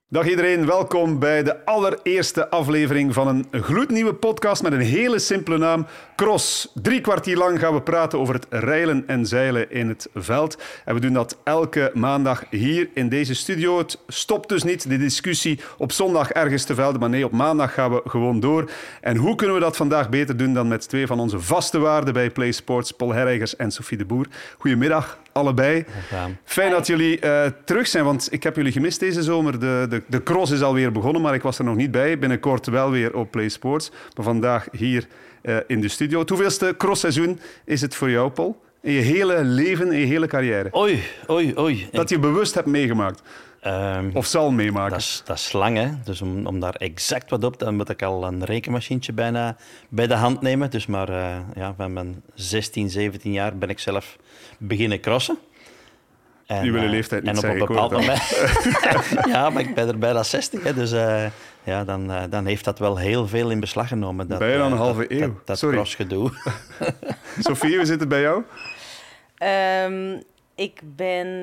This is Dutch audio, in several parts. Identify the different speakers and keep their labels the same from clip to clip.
Speaker 1: Dag iedereen, welkom bij de allereerste aflevering van een gloednieuwe podcast met een hele simpele naam, Cross. 3 kwartier lang gaan we praten over het reilen en zeilen in het veld. En we doen dat elke maandag hier in deze studio. Het stopt dus niet, de discussie op zondag ergens te velden, maar nee, op maandag gaan we gewoon door. En hoe kunnen we dat vandaag beter doen dan met 2 van onze vaste waarden bij Play Sports, Paul Herreigers en Sophie de Boer. Goedemiddag, allebei. Fijn dat jullie terug zijn, want ik heb jullie gemist deze zomer. De cross is alweer begonnen, maar ik was er nog niet bij. Binnenkort wel weer op Play Sports, maar vandaag hier in de studio. Het hoeveelste crossseizoen is het voor jou, Paul? In je hele leven, in je hele carrière?
Speaker 2: Oei.
Speaker 1: Dat je bewust hebt meegemaakt? Of zal meemaken?
Speaker 2: Dat is lang, hè. Dus om daar exact wat op te... Dan moet ik al een rekenmachientje bijna bij de hand nemen. Dus maar van mijn 16, 17 jaar ben ik zelf beginnen crossen.
Speaker 1: Je wil je leeftijd niet zeggen,
Speaker 2: op een bepaald moment... Ja, maar ik ben er bijna 60, hè. Dus dan heeft dat wel heel veel in beslag genomen.
Speaker 1: Bijna een halve eeuw.
Speaker 2: Dat crossgedoe.
Speaker 1: Sophie, hoe zit het bij jou?
Speaker 3: Ik ben...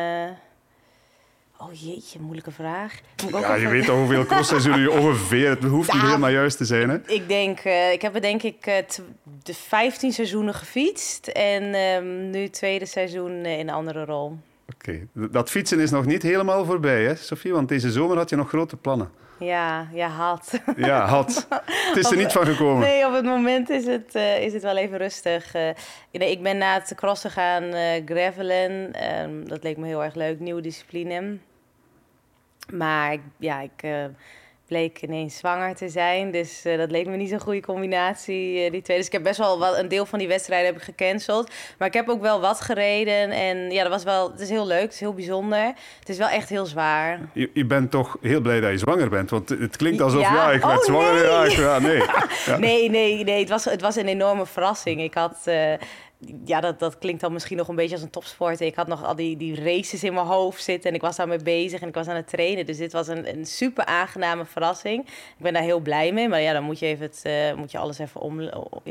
Speaker 3: Oh jeetje, moeilijke vraag.
Speaker 1: Je weet toch hoeveel crossseizoenen je ongeveer... Het hoeft niet helemaal juist te zijn, hè?
Speaker 3: Ik heb de 15 seizoenen gefietst. En nu het tweede seizoen in een andere rol.
Speaker 1: Oké. Dat fietsen is nog niet helemaal voorbij, hè, Sophie? Want deze zomer had je nog grote plannen.
Speaker 3: Ja, had.
Speaker 1: Ja, had. Het is er niet van gekomen.
Speaker 3: Nee, op het moment is het wel even rustig. Ik ben na het crossen gaan gravelen. Dat leek me heel erg leuk, nieuwe discipline. Maar ik bleek ineens zwanger te zijn. Dus dat leek me niet zo'n goede combinatie, die twee. Dus ik heb best wel een deel van die wedstrijden heb ik gecanceld. Maar ik heb ook wel wat gereden. En ja, het is heel leuk, het is heel bijzonder. Het is wel echt heel zwaar. Je bent toch heel blij dat je zwanger bent? Want het klinkt alsof, ik werd zwanger. Nee. Nee. Het was een enorme verrassing. Ik had... dat klinkt dan misschien nog een beetje als een topsporter. Ik had nog al die races in mijn hoofd zitten en ik was daarmee bezig en ik was aan het trainen. Dus dit was een super aangename verrassing. Ik ben daar heel blij mee, maar ja, dan moet je alles even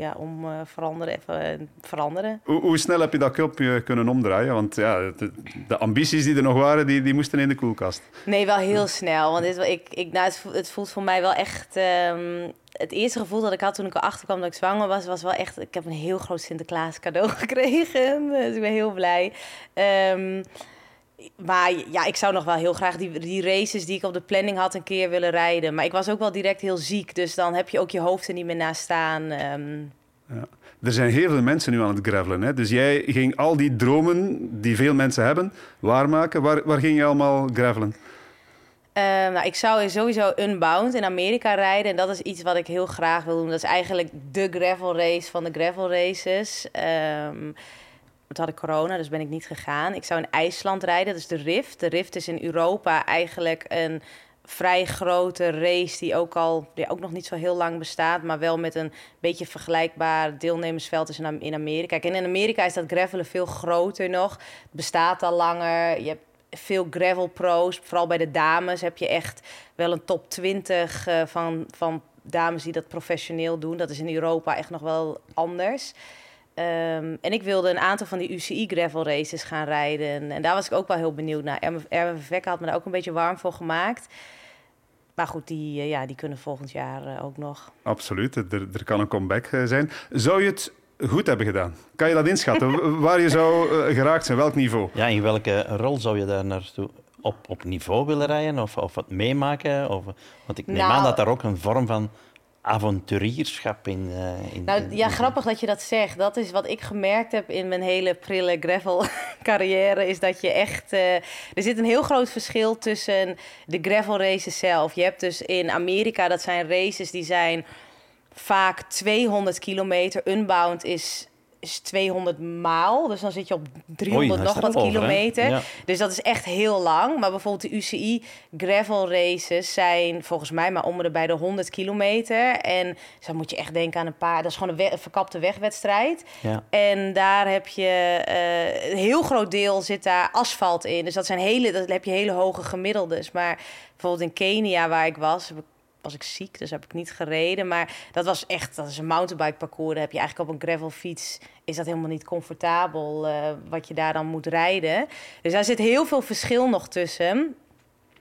Speaker 3: veranderen.
Speaker 1: Hoe snel heb je dat kopje kunnen omdraaien? Want ja, de ambities die er nog waren, die moesten in de koelkast.
Speaker 3: Nee, wel heel snel. Want het voelt voor mij wel echt... Het eerste gevoel dat ik had toen ik erachter kwam dat ik zwanger was wel echt... Ik heb een heel groot Sinterklaas cadeau gekregen. Dus ik ben heel blij. Maar ja, ik zou nog wel heel graag die races die ik op de planning had een keer willen rijden. Maar ik was ook wel direct heel ziek. Dus dan heb je ook je hoofd er niet meer naast staan.
Speaker 1: Ja. Er zijn heel veel mensen nu aan het gravelen. Hè? Dus jij ging al die dromen die veel mensen hebben waarmaken. Waar ging je allemaal gravelen?
Speaker 3: Ik zou sowieso Unbound in Amerika rijden. En dat is iets wat ik heel graag wil doen. Dat is eigenlijk de gravel race van de gravel races. Toen had ik corona, dus ben ik niet gegaan. Ik zou in IJsland rijden, dat is de Rift. De Rift is in Europa eigenlijk een vrij grote race die ook nog niet zo heel lang bestaat, maar wel met een beetje vergelijkbaar deelnemersveld is in Amerika. Kijk, en in Amerika is dat gravelen veel groter nog. Het bestaat al langer. Je hebt veel gravel pro's, vooral bij de dames heb je echt wel een top 20 van dames die dat professioneel doen. Dat is in Europa echt nog wel anders. En ik wilde een aantal van die UCI gravel races gaan rijden. En daar was ik ook wel heel benieuwd naar. Erwin Vekke had me daar ook een beetje warm voor gemaakt. Maar goed, die kunnen volgend jaar ook nog.
Speaker 1: Absoluut, er kan een comeback zijn. Zou je het goed hebben gedaan? Kan je dat inschatten? Waar je zou geraakt zijn? Welk niveau?
Speaker 2: Ja, in welke rol zou je daar naartoe op niveau willen rijden? Of wat meemaken? Want ik neem aan dat daar ook een vorm van avonturierschap in
Speaker 3: grappig dat je dat zegt. Dat is wat ik gemerkt heb in mijn hele prille gravel-carrière. Is dat je echt... er zit een heel groot verschil tussen de gravel races zelf. Je hebt dus in Amerika, dat zijn races die zijn vaak 200 kilometer. Unbound is 200 maal. Dus dan zit je op 300 nog wat kilometer. Ja. Dus dat is echt heel lang. Maar bijvoorbeeld de UCI gravel races zijn volgens mij maar om bij de 100 kilometer. En zo moet je echt denken aan een paar... Dat is gewoon een verkapte wegwedstrijd. Ja. En daar heb je... een heel groot deel zit daar asfalt in. Dus dat heb je hele hoge gemiddeldes. Maar bijvoorbeeld in Kenia, waar ik was ik ziek, dus heb ik niet gereden. Maar dat is een mountainbike parcours. Daar heb je eigenlijk op een gravelfiets... is dat helemaal niet comfortabel wat je daar dan moet rijden. Dus daar zit heel veel verschil nog tussen.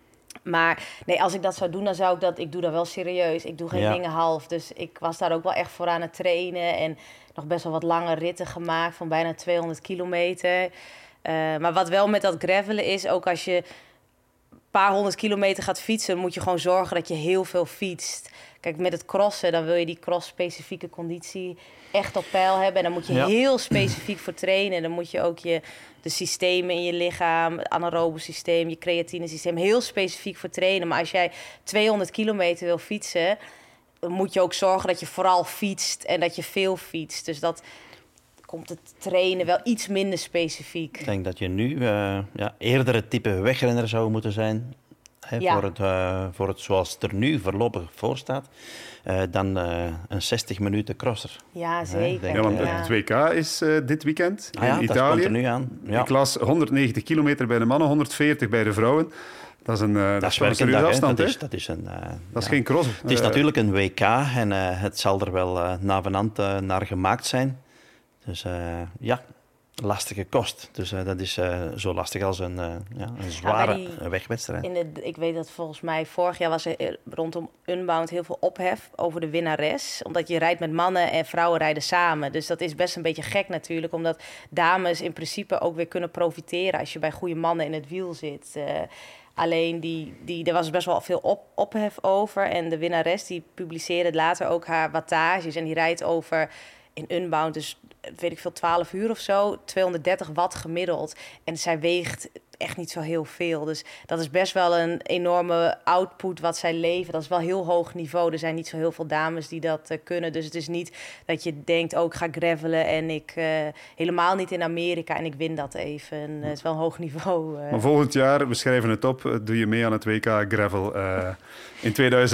Speaker 3: Maar nee, als ik dat zou doen, dan zou ik doe dat wel serieus. Ik doe geen dingen half. Dus ik was daar ook wel echt voor aan het trainen. En nog best wel wat lange ritten gemaakt van bijna 200 kilometer. Maar wat wel met dat gravelen is, ook als je een paar 100 kilometer gaat fietsen, moet je gewoon zorgen dat je heel veel fietst. Kijk, met het crossen, dan wil je die cross-specifieke conditie echt op peil hebben. En dan moet je heel specifiek voor trainen. En dan moet je ook de systemen in je lichaam, het anaerobe systeem, je creatine systeem, heel specifiek voor trainen. Maar als jij 200 kilometer wil fietsen, dan moet je ook zorgen dat je vooral fietst en dat je veel fietst. Dus dat komt het trainen wel iets minder specifiek.
Speaker 2: Ik denk dat je nu eerder het type wegrenner zou moeten zijn. Voor het zoals het er nu voorlopig voor staat, dan een 60 minuten crosser.
Speaker 3: Ja, zeker.
Speaker 1: Want het WK is dit weekend in Italië.
Speaker 2: Dat komt er nu aan. Ja.
Speaker 1: Ik las 190 kilometer bij de mannen, 140 bij de vrouwen. Dat is een serieuze afstand.
Speaker 2: Dat is
Speaker 1: geen cross.
Speaker 2: Het is natuurlijk een WK en het zal er wel navenant naar gemaakt zijn. Dus lastige kost. Dus dat is zo lastig als een zware wegwedstrijd.
Speaker 3: Ik weet dat volgens mij vorig jaar was er rondom Unbound heel veel ophef over de winnares. Omdat je rijdt met mannen en vrouwen rijden samen. Dus dat is best een beetje gek natuurlijk. Omdat dames in principe ook weer kunnen profiteren als je bij goede mannen in het wiel zit. Alleen er was best wel veel ophef over. En de winnares die publiceerde later ook haar wattages. En die rijdt over in Unbound, dus weet ik veel, 12 uur of zo, 230 watt gemiddeld. En zij weegt echt niet zo heel veel. Dus dat is best wel een enorme output wat zij leveren. Dat is wel heel hoog niveau. Er zijn niet zo heel veel dames die dat kunnen. Dus het is niet dat je denkt, ik ga gravelen en ik helemaal niet in Amerika en ik win dat even. En, het is wel een hoog niveau.
Speaker 1: Maar volgend jaar, we schrijven het op, doe je mee aan het WK Gravel in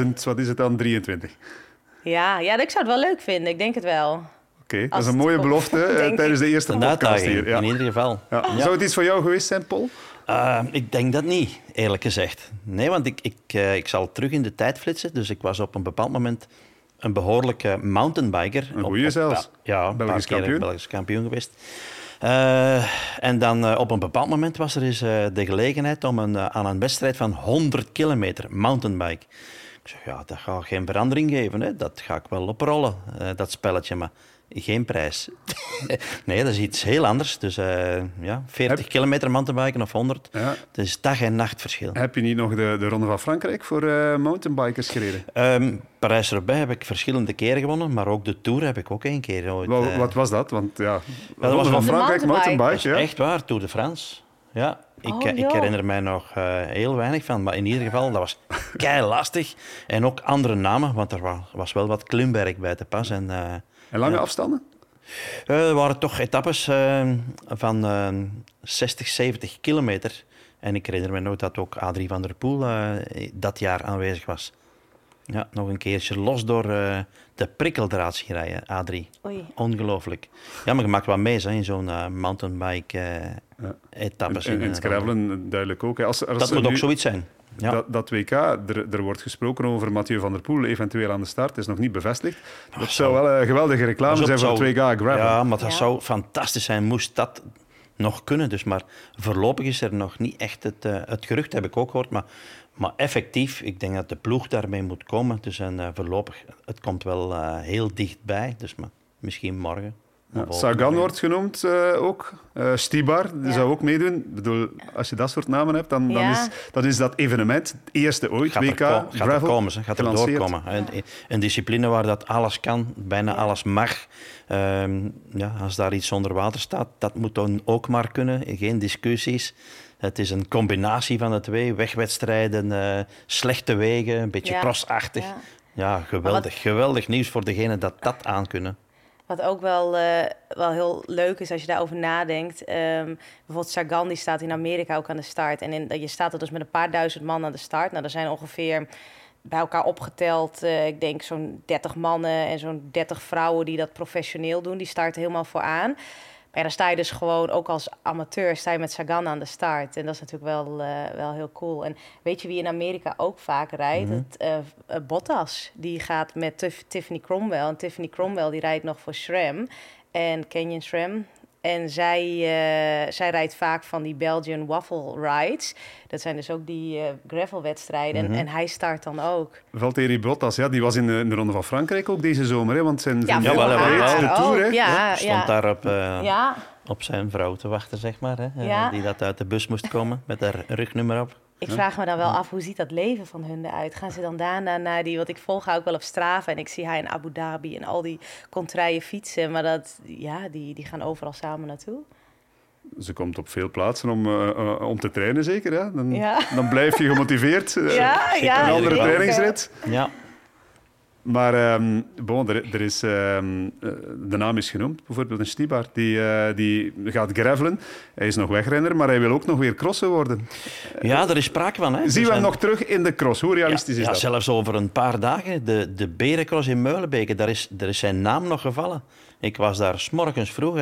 Speaker 1: 2023.
Speaker 3: Ja, ik zou het wel leuk vinden. Ik denk het wel.
Speaker 1: Oké, dat is een mooie belofte tijdens de eerste podcast hier.
Speaker 2: Ja. In ieder geval.
Speaker 1: Ja. Zou het iets voor jou geweest zijn, Paul?
Speaker 2: Ik denk dat niet, eerlijk gezegd. Nee, want ik zal terug in de tijd flitsen. Dus ik was op een bepaald moment een behoorlijke mountainbiker.
Speaker 1: Een goeie zelfs.
Speaker 2: Ja,
Speaker 1: Belgisch kampioen.
Speaker 2: Belgisch kampioen geweest. En dan op een bepaald moment was er eens de gelegenheid om aan een wedstrijd van 100 kilometer mountainbike. Ik zeg, dat gaat geen verandering geven. Hè. Dat ga ik wel oprollen, dat spelletje. Maar geen prijs. Nee, dat is iets heel anders. Dus 40 kilometer mountainbiken of 100. Ja. Dat is dag- en nachtverschil.
Speaker 1: Heb je niet nog de Ronde van Frankrijk voor mountainbikers gereden?
Speaker 2: Parijs-Roubaix heb ik verschillende keren gewonnen, maar ook de Tour heb ik ook 1 keer ooit.
Speaker 1: Wat was dat? Want
Speaker 2: dat
Speaker 1: Ronde van Frankrijk, mountainbike.
Speaker 2: Dat is echt waar, Tour de France. Ja, ik herinner mij nog heel weinig van, maar in ieder geval, dat was keilastig. En ook andere namen, want er was wel wat klimwerk bij te pas. En
Speaker 1: lange afstanden?
Speaker 2: Er waren toch etappes van 60, 70 kilometer. En ik herinner me nog dat ook Adrie van der Poel dat jaar aanwezig was. Ja, nog een keertje los door de prikkeldraad zien rijden, Adrie.
Speaker 3: Oei.
Speaker 2: Ongelooflijk. Ja, maar je maakt wat mee in zo'n mountainbike-etappes.
Speaker 1: En het gravelen duidelijk ook.
Speaker 2: Dat moet ook zoiets zijn. Ja.
Speaker 1: Dat WK, er wordt gesproken over Mathieu van der Poel, eventueel aan de start. is nog niet bevestigd. Dat zou wel een geweldige reclame zijn voor het WK Gravel.
Speaker 2: Ja, maar dat zou fantastisch zijn, moest dat nog kunnen. Dus, maar voorlopig is er nog niet echt het gerucht, heb ik ook gehoord. Maar effectief, ik denk dat de ploeg daarmee moet komen. Dus voorlopig, het komt wel heel dichtbij. Dus maar misschien morgen.
Speaker 1: Ja, Sagan wordt genoemd ook. Stibar, die zou ook meedoen. Ik bedoel, als je dat soort namen hebt, dan is dat evenement het eerste ooit. WK Gravel.
Speaker 2: Gaat er doorkomen. Een discipline waar dat alles kan, bijna alles mag. Als daar iets onder water staat, dat moet dan ook maar kunnen. Geen discussies. Het is een combinatie van de twee. Wegwedstrijden, slechte wegen, een beetje crossachtig. Ja, geweldig nieuws voor degenen dat aankunnen.
Speaker 3: Wat ook wel heel leuk is als je daarover nadenkt. Bijvoorbeeld Sagan, die staat in Amerika ook aan de start. En je staat er dus met een paar duizend man aan de start. Nou, er zijn ongeveer bij elkaar opgeteld, ik denk zo'n 30 mannen en zo'n 30 vrouwen die dat professioneel doen. Die starten helemaal vooraan. Maar dan sta je dus gewoon, ook als amateur, sta je met Sagan aan de start. En dat is natuurlijk wel heel cool. En weet je wie in Amerika ook vaak rijdt? Bottas. Die gaat met Tiffany Cromwell. En Tiffany Cromwell die rijdt nog voor SRAM. En Canyon SRAM. En zij rijdt vaak van die Belgian Waffle Rides. Dat zijn dus ook die gravelwedstrijden. En hij start dan ook.
Speaker 1: Valtteri Bottas, ja, die was in de Ronde van Frankrijk ook deze zomer. Hè, want zijn
Speaker 2: wel,
Speaker 1: de Tour. Hè?
Speaker 3: Ja,
Speaker 2: stond daar op zijn vrouw te wachten, zeg maar. Hè, die dat uit de bus moest komen met haar rugnummer op.
Speaker 3: Ik vraag me dan wel af, hoe ziet dat leven van hun eruit? Gaan ze dan daarna naar die... Want ik volg haar ook wel op Strava en ik zie haar in Abu Dhabi en al die contraien fietsen. Maar die gaan overal samen naartoe.
Speaker 1: Ze komt op veel plaatsen om te trainen, zeker. Hè? Dan blijf je gemotiveerd. Een andere trainingsrit.
Speaker 2: Ja.
Speaker 1: Maar er is, de naam is genoemd, bijvoorbeeld een Stybar. Die gaat gravelen. Hij is nog wegrenner, maar hij wil ook nog weer crossen worden.
Speaker 2: Ja, er is sprake van. Hè.
Speaker 1: Zien we hem nog terug in de cross? Hoe realistisch is dat?
Speaker 2: Zelfs over een paar dagen. De Berencross in Meulenbeke, daar is zijn naam nog gevallen. Ik was daar 's morgens vroeg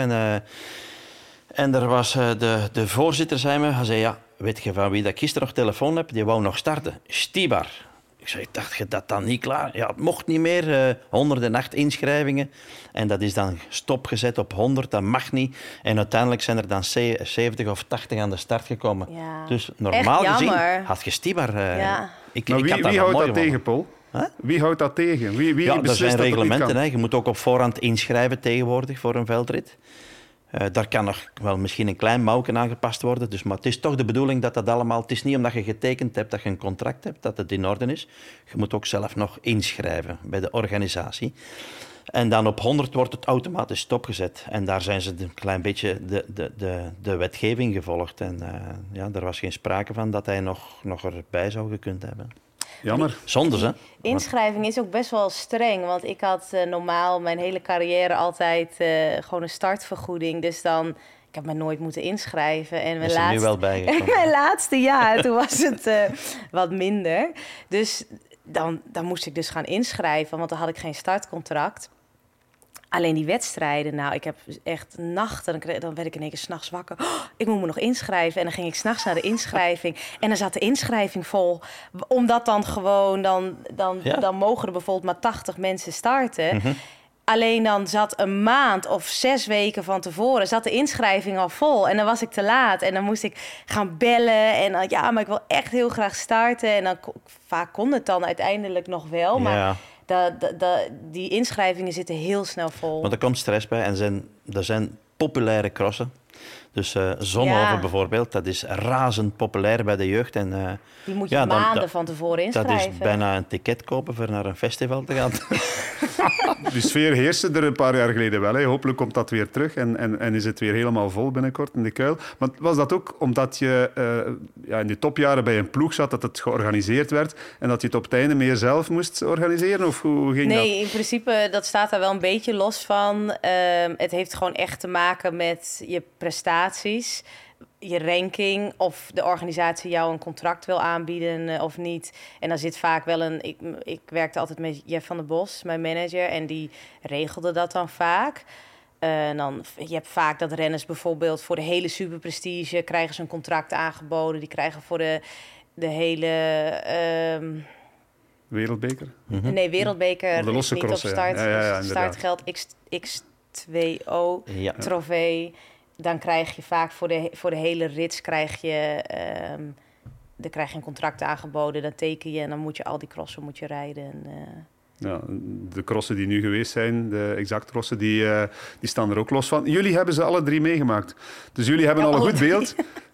Speaker 2: en er was de voorzitter, hij zei, ja, weet je van wie dat ik gisteren nog telefoon heb? Die wou nog starten. Stybar. Ik dacht je dat dan niet klaar? Ja, het mocht niet meer. 108 inschrijvingen. En dat is dan stopgezet op 100. Dat mag niet. En uiteindelijk zijn er dan 70 of 80 aan de start gekomen. Ja. Dus normaal gezien had je Stybar.
Speaker 1: Wie houdt dat tegen, Paul? Huh? Wie houdt dat tegen? Wie
Speaker 2: er zijn reglementen. Hè. Je moet ook op voorhand inschrijven tegenwoordig voor een veldrit. Daar kan nog wel misschien een klein mouwken aangepast worden. Dus, maar het is toch de bedoeling dat dat allemaal... Het is niet omdat je getekend hebt dat je een contract hebt, dat het in orde is. Je moet ook zelf nog inschrijven bij de organisatie. En dan op 100 wordt het automatisch stopgezet. En daar zijn ze een klein beetje de wetgeving gevolgd. En er was geen sprake van dat hij nog erbij zou gekund hebben.
Speaker 1: Jammer.
Speaker 2: Zonde, hè?
Speaker 3: Inschrijving is ook best wel streng. Want ik had normaal mijn hele carrière altijd gewoon een startvergoeding. Dus dan... Ik heb me nooit moeten inschrijven. En
Speaker 2: is er nu wel bijgekomen?
Speaker 3: Mijn laatste jaar, toen was het wat minder. Dus dan moest ik dus gaan inschrijven, want dan had ik geen startcontract. Alleen die wedstrijden, ik heb echt nachten, dan werd ik in één keer 's nachts wakker. Oh, ik moet me nog inschrijven. En dan ging ik 's nachts naar de inschrijving. En dan zat de inschrijving vol. Omdat dan gewoon, dan mogen er bijvoorbeeld maar 80 mensen starten. Mm-hmm. Alleen dan zat een maand of 6 weken van tevoren... zat de inschrijving al vol. En dan was ik te laat. En dan moest ik gaan bellen. En dan, maar ik wil echt heel graag starten. En dan vaak kon het dan uiteindelijk nog wel. Maar die inschrijvingen zitten heel snel vol.
Speaker 2: Want er komt stress bij. En er zijn populaire crossen. Dus Zonhoven bijvoorbeeld, dat is razend populair bij de jeugd. En,
Speaker 3: die moet je maanden van tevoren inschrijven.
Speaker 2: Dat is bijna een ticket kopen voor naar een festival te gaan.
Speaker 1: De sfeer heerste er een paar jaar geleden wel. Hè. Hopelijk komt dat weer terug en is het weer helemaal vol binnenkort in de kuil. Maar was dat ook omdat je in de topjaren bij een ploeg zat, dat het georganiseerd werd en dat je het op het einde meer zelf moest organiseren? Of hoe ging dat?
Speaker 3: Nee, in principe, dat staat daar wel een beetje los van. Het heeft gewoon echt te maken met je prestaties, je ranking, of de organisatie jou een contract wil aanbieden of niet. En dan zit vaak wel ik werkte altijd met Jeff van der Bos, mijn manager, en die regelde dat dan vaak. Je hebt vaak dat renners bijvoorbeeld voor de hele superprestige krijgen ze een contract aangeboden. Die krijgen voor de hele...
Speaker 1: Wereldbeker?
Speaker 3: Mm-hmm. Nee, Wereldbeker
Speaker 1: de losse
Speaker 3: is niet
Speaker 1: crossen,
Speaker 3: op start.
Speaker 1: Ja,
Speaker 3: startgeld X2O, trofee. Dan krijg je vaak voor de hele rits krijg je een contract aangeboden. Dan teken je en dan moet je al die crossen rijden.
Speaker 1: Ja, de crossen die nu geweest zijn, de exact crossen, die staan er ook los van. Jullie hebben ze alle 3 meegemaakt. Dus jullie hebben al een goed beeld.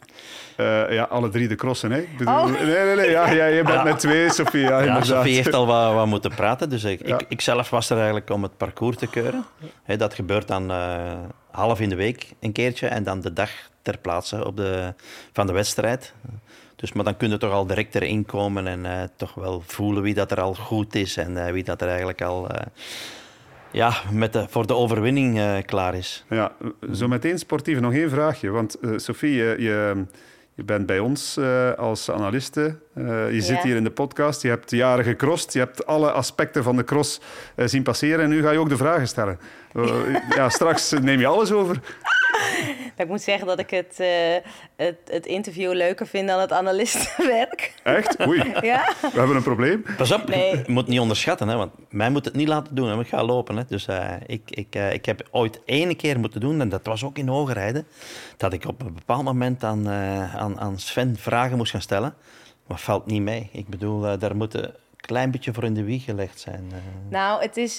Speaker 1: Alle 3 de crossen, hè? Nee. Ja, je bent met 2, Sophie. Ja,
Speaker 2: Sophie heeft al wat moeten praten. Dus ik zelf was er eigenlijk om het parcours te keuren. Dat gebeurt dan half in de week een keertje en dan de dag ter plaatse van de wedstrijd. Dus, maar dan kun je toch al direct erin komen en toch wel voelen wie dat er al goed is en wie dat er eigenlijk al voor de overwinning klaar is.
Speaker 1: Ja, zo meteen sportief nog 1 vraagje. Want Sophie, je bent bij ons als analiste. Je zit hier in de podcast. Je hebt jaren gecrossed. Je hebt alle aspecten van de cross zien passeren. En nu ga je ook de vragen stellen. Straks neem je alles over.
Speaker 3: Ik moet zeggen dat ik het interview leuker vind dan het analistenwerk.
Speaker 1: Echt? Oei,
Speaker 3: Ja?
Speaker 1: we hebben een probleem.
Speaker 2: Pas op,
Speaker 3: Nee.
Speaker 2: je moet niet onderschatten, hè, want mij moet het niet laten doen. Hè. Ik ga lopen. Hè. Dus ik heb ooit 1 keer moeten doen, en dat was ook in Hoogrijden, dat ik op een bepaald moment aan Sven vragen moest gaan stellen. Maar valt niet mee. Ik bedoel, daar moet een klein beetje voor in de wieg gelegd zijn.
Speaker 3: Nou, het is...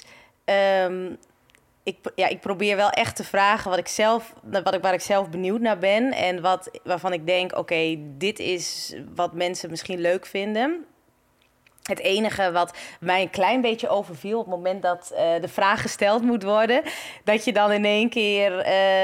Speaker 3: Ik probeer wel echt te vragen waar ik zelf benieuwd naar ben. En waarvan ik denk, oké, dit is wat mensen misschien leuk vinden. Het enige wat mij een klein beetje overviel op het moment dat de vraag gesteld moet worden, dat je dan in één keer...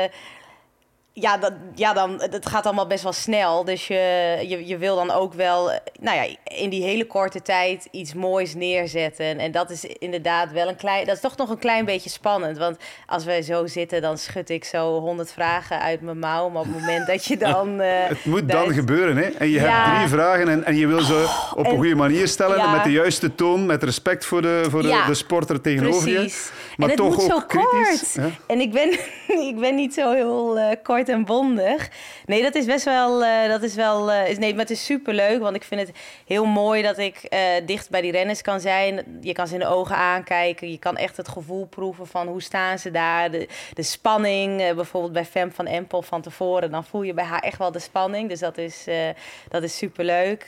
Speaker 3: het gaat allemaal best wel snel. Dus je wil dan ook wel in die hele korte tijd iets moois neerzetten. En dat is inderdaad wel dat is toch nog een klein beetje spannend. Want als we zo zitten, dan schud ik zo 100 vragen uit mijn mouw. Maar op het moment dat je dan...
Speaker 1: Het moet dan gebeuren, hè? En je hebt 3 vragen en je wil ze op een goede manier stellen, met de juiste toon, met respect voor de sporter tegenover
Speaker 3: precies.
Speaker 1: je. Maar
Speaker 3: en het
Speaker 1: toch
Speaker 3: moet
Speaker 1: ook
Speaker 3: zo
Speaker 1: kritisch.
Speaker 3: kort.
Speaker 1: Ja?
Speaker 3: En ik ben niet zo heel kort en bondig. Nee, dat is best wel... maar het is superleuk, want ik vind het heel mooi dat ik dicht bij die renners kan zijn. Je kan ze in de ogen aankijken. Je kan echt het gevoel proeven van hoe staan ze daar. De spanning, bijvoorbeeld bij Fem van Empel van tevoren. Dan voel je bij haar echt wel de spanning. Dus dat is superleuk.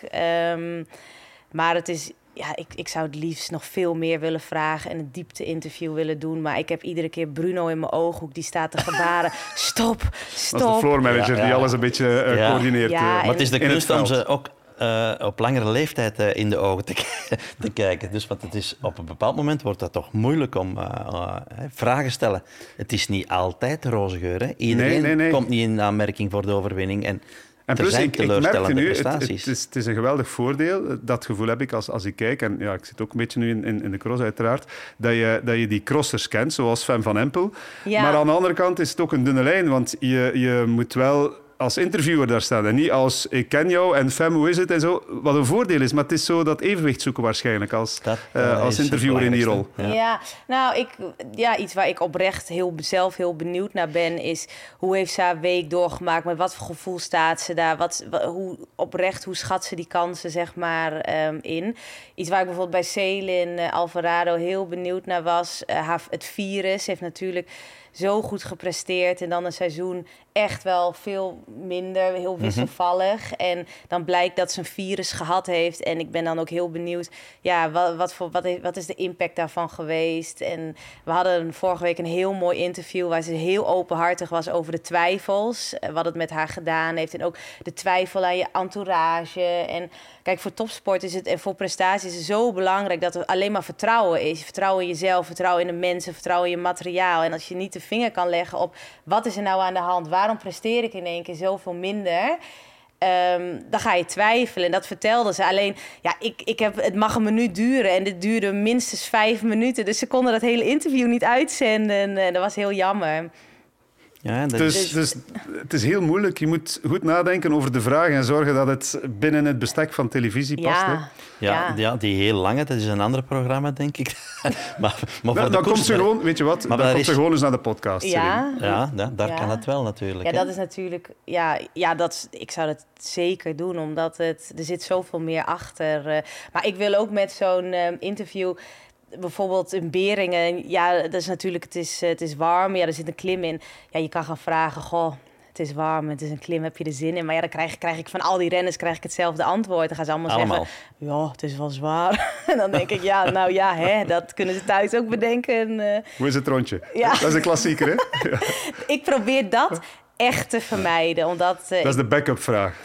Speaker 3: Maar het is... Ja, ik zou het liefst nog veel meer willen vragen en een diepte-interview willen doen. Maar ik heb iedere keer Bruno in mijn ooghoek, die staat te gebaren. Stop.
Speaker 1: Dat is de floormanager die alles een beetje coördineert.
Speaker 3: Ja,
Speaker 2: Maar het is de
Speaker 1: in
Speaker 2: kunst
Speaker 1: het
Speaker 2: om
Speaker 1: veld.
Speaker 2: ze ook op langere leeftijd in de ogen te kijken. Dus want het is, op een bepaald moment wordt dat toch moeilijk om vragen te stellen. Het is niet altijd roze geur. Hè? Iedereen komt niet in aanmerking voor de overwinning. En
Speaker 1: plus,
Speaker 2: zijn
Speaker 1: ik merkte
Speaker 2: teleurstellende
Speaker 1: nu,
Speaker 2: prestaties.
Speaker 1: het is een geweldig voordeel. Dat gevoel heb ik als ik kijk. En ja, ik zit ook een beetje nu in de cross uiteraard. Dat je die crossers kent, zoals Fem van Empel.
Speaker 3: Ja.
Speaker 1: Maar aan de andere kant is het ook een dunne lijn. Want je moet wel als interviewer daar staan. En niet als ik ken jou en Fem, hoe is het? En zo. Wat een voordeel is. Maar het is zo dat evenwicht zoeken waarschijnlijk als interviewer in die rol.
Speaker 3: Iets waar ik oprecht zelf heel benieuwd naar ben, is hoe heeft ze haar week doorgemaakt? Met wat voor gevoel staat ze daar? Hoe schat ze die kansen, zeg maar, in? Iets waar ik bijvoorbeeld bij Ceylin Alvarado heel benieuwd naar was. Het virus heeft natuurlijk zo goed gepresteerd en dan een seizoen echt wel veel minder, heel wisselvallig. En dan blijkt dat ze een virus gehad heeft. En ik ben dan ook heel benieuwd, wat is de impact daarvan geweest? En we hadden vorige week een heel mooi interview waar ze heel openhartig was over de twijfels. Wat het met haar gedaan heeft. En ook de twijfel aan je entourage. En kijk, voor topsport is het en voor prestaties is het zo belangrijk dat er alleen maar vertrouwen is. Vertrouwen in jezelf, vertrouwen in de mensen, vertrouwen in je materiaal. En als je niet de vinger kan leggen op wat is er nou aan de hand, waarom presteer ik in één keer zoveel minder, dan ga je twijfelen. En dat vertelde ze. Alleen, het mag een minuut duren. En dit duurde minstens 5 minuten. Dus ze konden dat hele interview niet uitzenden. En dat was heel jammer.
Speaker 2: Ja,
Speaker 1: Dus het is heel moeilijk. Je moet goed nadenken over de vraag en zorgen dat het binnen het bestek van televisie past. Hè?
Speaker 2: Ja, die heel lange, dat is een ander programma, denk ik. maar
Speaker 1: Dan komt ze gewoon, weet je wat, dan komt ze gewoon eens naar de podcast.
Speaker 2: Daar kan het wel natuurlijk.
Speaker 3: Ja, dat is natuurlijk... ik zou dat zeker doen, omdat er zit zoveel meer achter. Maar ik wil ook met zo'n interview... Bijvoorbeeld in Beringen, dat is natuurlijk, het is warm, er zit een klim in. Ja, je kan gaan vragen, goh, het is warm, het is een klim, heb je er zin in? Maar dan krijg ik van al die renners hetzelfde antwoord. Dan gaan ze allemaal zeggen, ja, het is wel zwaar. En dan denk ik, dat kunnen ze thuis ook bedenken.
Speaker 1: Hoe is het rondje?
Speaker 3: Ja.
Speaker 1: Dat is een klassieker, hè? Ja.
Speaker 3: Ik probeer dat echt te vermijden, omdat...
Speaker 1: dat is de backup vraag.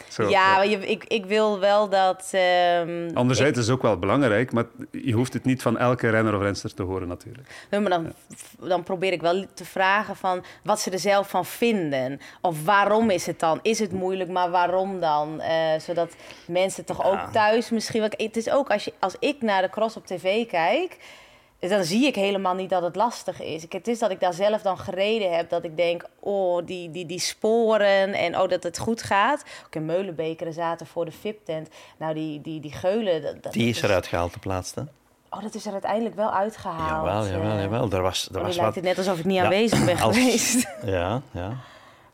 Speaker 3: Ik wil wel dat...
Speaker 1: Anderzijds is het ook wel belangrijk, maar je hoeft het niet van elke renner of renster te horen natuurlijk.
Speaker 3: Nee, maar dan probeer ik wel te vragen van wat ze er zelf van vinden. Of waarom is het dan? Is het moeilijk, maar waarom dan? Zodat mensen toch ook thuis misschien... Het is ook als ik naar de cross op tv kijk... dan zie ik helemaal niet dat het lastig is. Het is dat ik daar zelf dan gereden heb. Dat ik denk, die sporen en dat het goed gaat. Ook in Meulenbeek, zaten voor de VIP-tent. Nou, die geulen...
Speaker 2: Die is eruit gehaald, de plaatste.
Speaker 3: Dat is er uiteindelijk wel uitgehaald.
Speaker 2: Jawel.
Speaker 3: Het net alsof ik niet aanwezig ben geweest.
Speaker 2: Ja.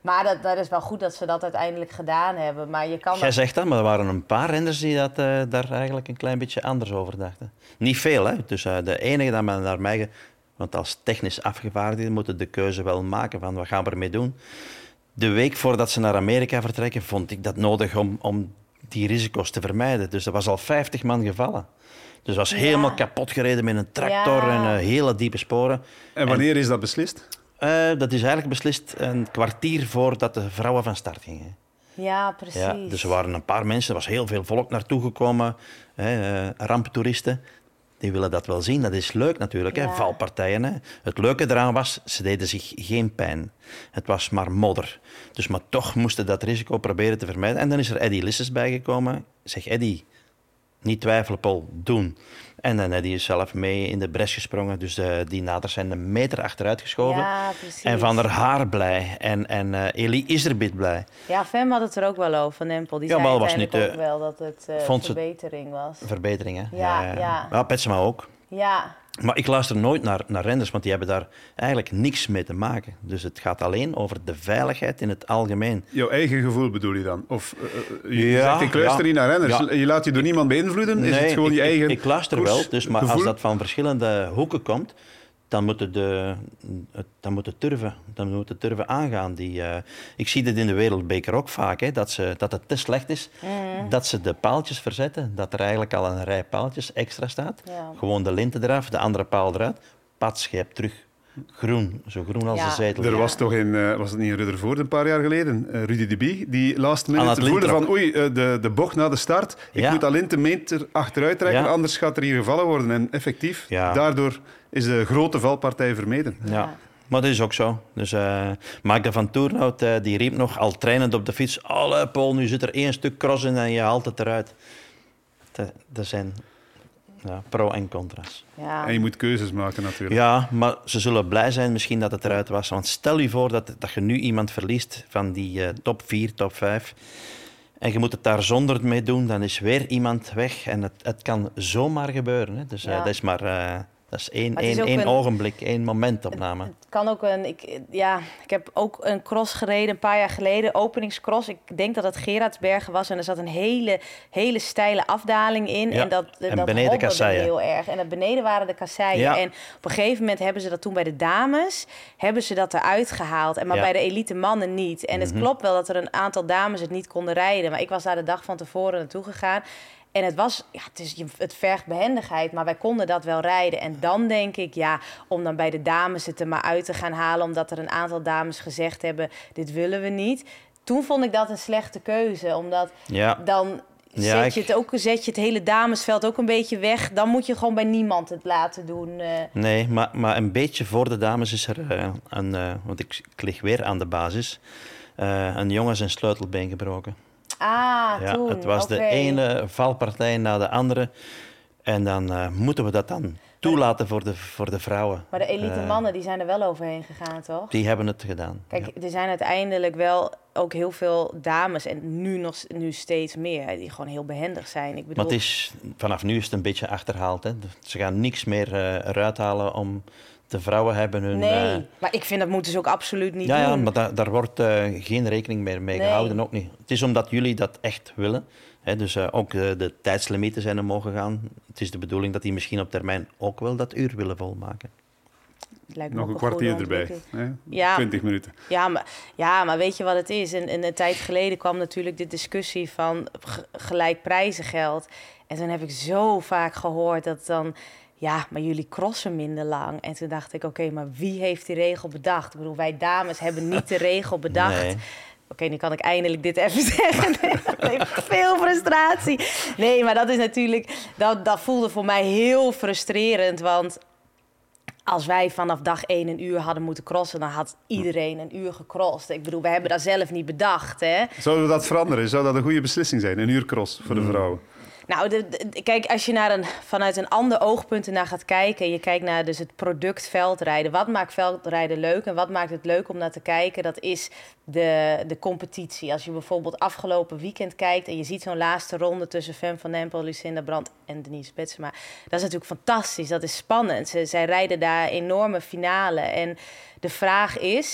Speaker 3: Maar dat is wel goed dat ze dat uiteindelijk gedaan hebben. Maar je kan
Speaker 2: Jij zegt dat, maar er waren een paar renners die daar eigenlijk een klein beetje anders over dachten. Niet veel, hè. Dus de enige dat men naar mij... Want als technisch afgevaardigde moeten de keuze wel maken van wat gaan we ermee doen. De week voordat ze naar Amerika vertrekken, vond ik dat nodig om die risico's te vermijden. Dus er was al 50 man gevallen. Dus was helemaal kapot gereden met een tractor en hele diepe sporen.
Speaker 1: En wanneer is dat beslist?
Speaker 2: Dat is eigenlijk beslist een kwartier voordat de vrouwen van start gingen.
Speaker 3: Ja, precies.
Speaker 2: Ja, dus er waren een paar mensen, er was heel veel volk naartoe gekomen, ramptoeristen. Die willen dat wel zien, dat is leuk natuurlijk, hè? Valpartijen. Hè? Het leuke eraan was, ze deden zich geen pijn. Het was maar modder. Dus maar toch moesten dat risico proberen te vermijden. En dan is er Eddy Lisses bijgekomen. Ik zeg, Eddy, niet twijfelen, Paul, doen. En dan Eddy is zelf mee in de bres gesprongen. Dus die naders zijn een meter achteruit geschoven.
Speaker 3: Ja, precies.
Speaker 2: En Van der Haar blij. En Elie Iserbyt blij.
Speaker 3: Ja, Fem had het er ook wel over, Van Empel. Die
Speaker 2: Ja,
Speaker 3: zei
Speaker 2: maar was
Speaker 3: uiteindelijk
Speaker 2: niet,
Speaker 3: ook wel dat het verbetering was.
Speaker 2: Verbetering, hè?
Speaker 3: Ja.
Speaker 2: Ja, Petsema ook.
Speaker 3: Ja.
Speaker 2: Maar ik luister nooit naar renners, want die hebben daar eigenlijk niks mee te maken. Dus het gaat alleen over de veiligheid in het algemeen.
Speaker 1: Jouw eigen gevoel bedoel je dan? Of je zegt, ik luister niet naar renners.
Speaker 2: Ja.
Speaker 1: Je laat je door niemand beïnvloeden? Is het gewoon je eigen
Speaker 2: ik luister wel, dus, maar als dat van verschillende hoeken komt, dan moet het durven aangaan. Ik zie dit in de Wereldbeker ook vaak, hè, dat het te slecht is, dat ze de paaltjes verzetten, dat er eigenlijk al een rij paaltjes extra staat. Ja. Gewoon de linten eraf, de andere paal eruit, patscheep terug. Groen, zo groen als de zetel.
Speaker 1: Er was toch was het niet in Ruddervoort een paar jaar geleden, Rudy de Bie, die last minute voelde van de bocht na de start, ik moet al een meter achteruit trekken, anders gaat er hier gevallen worden. En effectief, daardoor is de grote valpartij vermeden.
Speaker 2: Ja. Maar dat is ook zo. Dus, Magda van Toernout die riep nog, al trainend op de fiets, alle Paul, nu zit er 1 stuk cross in en je haalt het eruit. Dat zijn... Ja, pro en contra's.
Speaker 3: Ja.
Speaker 1: En je moet keuzes maken natuurlijk.
Speaker 2: Ja, maar ze zullen blij zijn misschien dat het eruit was. Want stel je voor dat je nu iemand verliest van die top 4, top 5... en je moet het daar zonder mee doen, dan is weer iemand weg. En het kan zomaar gebeuren. Hè. Dus dat is maar... Dat is één ogenblik, 1 momentopname.
Speaker 3: Het kan ook ik heb ook een cross gereden een paar jaar geleden, openingscross. Ik denk dat het Gerardsbergen was en er zat een hele steile afdaling in.
Speaker 2: Ja.
Speaker 3: En dat
Speaker 2: beneden kasseien.
Speaker 3: heel erg. En beneden waren de kasseien.
Speaker 2: Ja.
Speaker 3: En op een gegeven moment hebben ze dat toen bij de dames, hebben ze dat eruit gehaald. Maar bij de elite mannen niet. En het klopt wel dat er een aantal dames het niet konden rijden. Maar ik was daar de dag van tevoren naartoe gegaan. En het vergt behendigheid, maar wij konden dat wel rijden. En dan denk ik, om dan bij de dames het er maar uit te gaan halen, omdat er een aantal dames gezegd hebben, dit willen we niet. Toen vond ik dat een slechte keuze, omdat dan zet je het hele damesveld ook een beetje weg. Dan moet je gewoon bij niemand het laten doen.
Speaker 2: Nee, maar een beetje voor de dames is er want ik lig weer aan de basis, een jongen zijn sleutelbeen gebroken.
Speaker 3: Toen.
Speaker 2: Het was de ene valpartij na de andere. En dan moeten we dat dan toelaten voor de vrouwen.
Speaker 3: Maar de elite mannen die zijn er wel overheen gegaan, toch?
Speaker 2: Die hebben het gedaan.
Speaker 3: Kijk, er zijn uiteindelijk wel ook heel veel dames... en nu steeds meer, die gewoon heel behendig zijn. Ik bedoel...
Speaker 2: Maar vanaf nu is het een beetje achterhaald. Hè? Ze gaan niks meer eruit halen om... De vrouwen hebben hun...
Speaker 3: Nee, maar ik vind dat moeten ze ook absoluut niet doen.
Speaker 2: Ja, maar daar wordt geen rekening meer mee gehouden, ook niet. Het is omdat jullie dat echt willen. Hè, dus ook de tijdslimieten zijn er mogen gaan. Het is de bedoeling dat die misschien op termijn ook wel dat uur willen volmaken.
Speaker 1: Nog een kwartier erbij. Hè? 20 minuten.
Speaker 3: Maar weet je wat het is? Een tijd geleden kwam natuurlijk de discussie van gelijk prijzengeld. En toen heb ik zo vaak gehoord dat dan... Ja, maar jullie crossen minder lang. En toen dacht ik, oké, maar wie heeft die regel bedacht? Ik bedoel, wij dames hebben niet de regel bedacht. Nee. Oké, nu kan ik eindelijk dit even zeggen. Veel frustratie. Nee, maar dat is natuurlijk... Dat voelde voor mij heel frustrerend. Want als wij vanaf dag 1 een uur hadden moeten crossen... dan had iedereen een uur gecrossed. Ik bedoel, we hebben dat zelf niet bedacht, hè?
Speaker 1: Zouden we dat veranderen? Zou dat een goede beslissing zijn? Een uur cross voor de vrouwen?
Speaker 3: Nou, kijk, als je vanuit een ander oogpunt naar gaat kijken... je kijkt naar dus het product veldrijden. Wat maakt veldrijden leuk en wat maakt het leuk om naar te kijken? Dat is de competitie. Als je bijvoorbeeld afgelopen weekend kijkt... en je ziet zo'n laatste ronde tussen Fem van Empel, Lucinda Brandt en Denise Betsema... dat is natuurlijk fantastisch, dat is spannend. Zij rijden daar enorme finale. En de vraag is...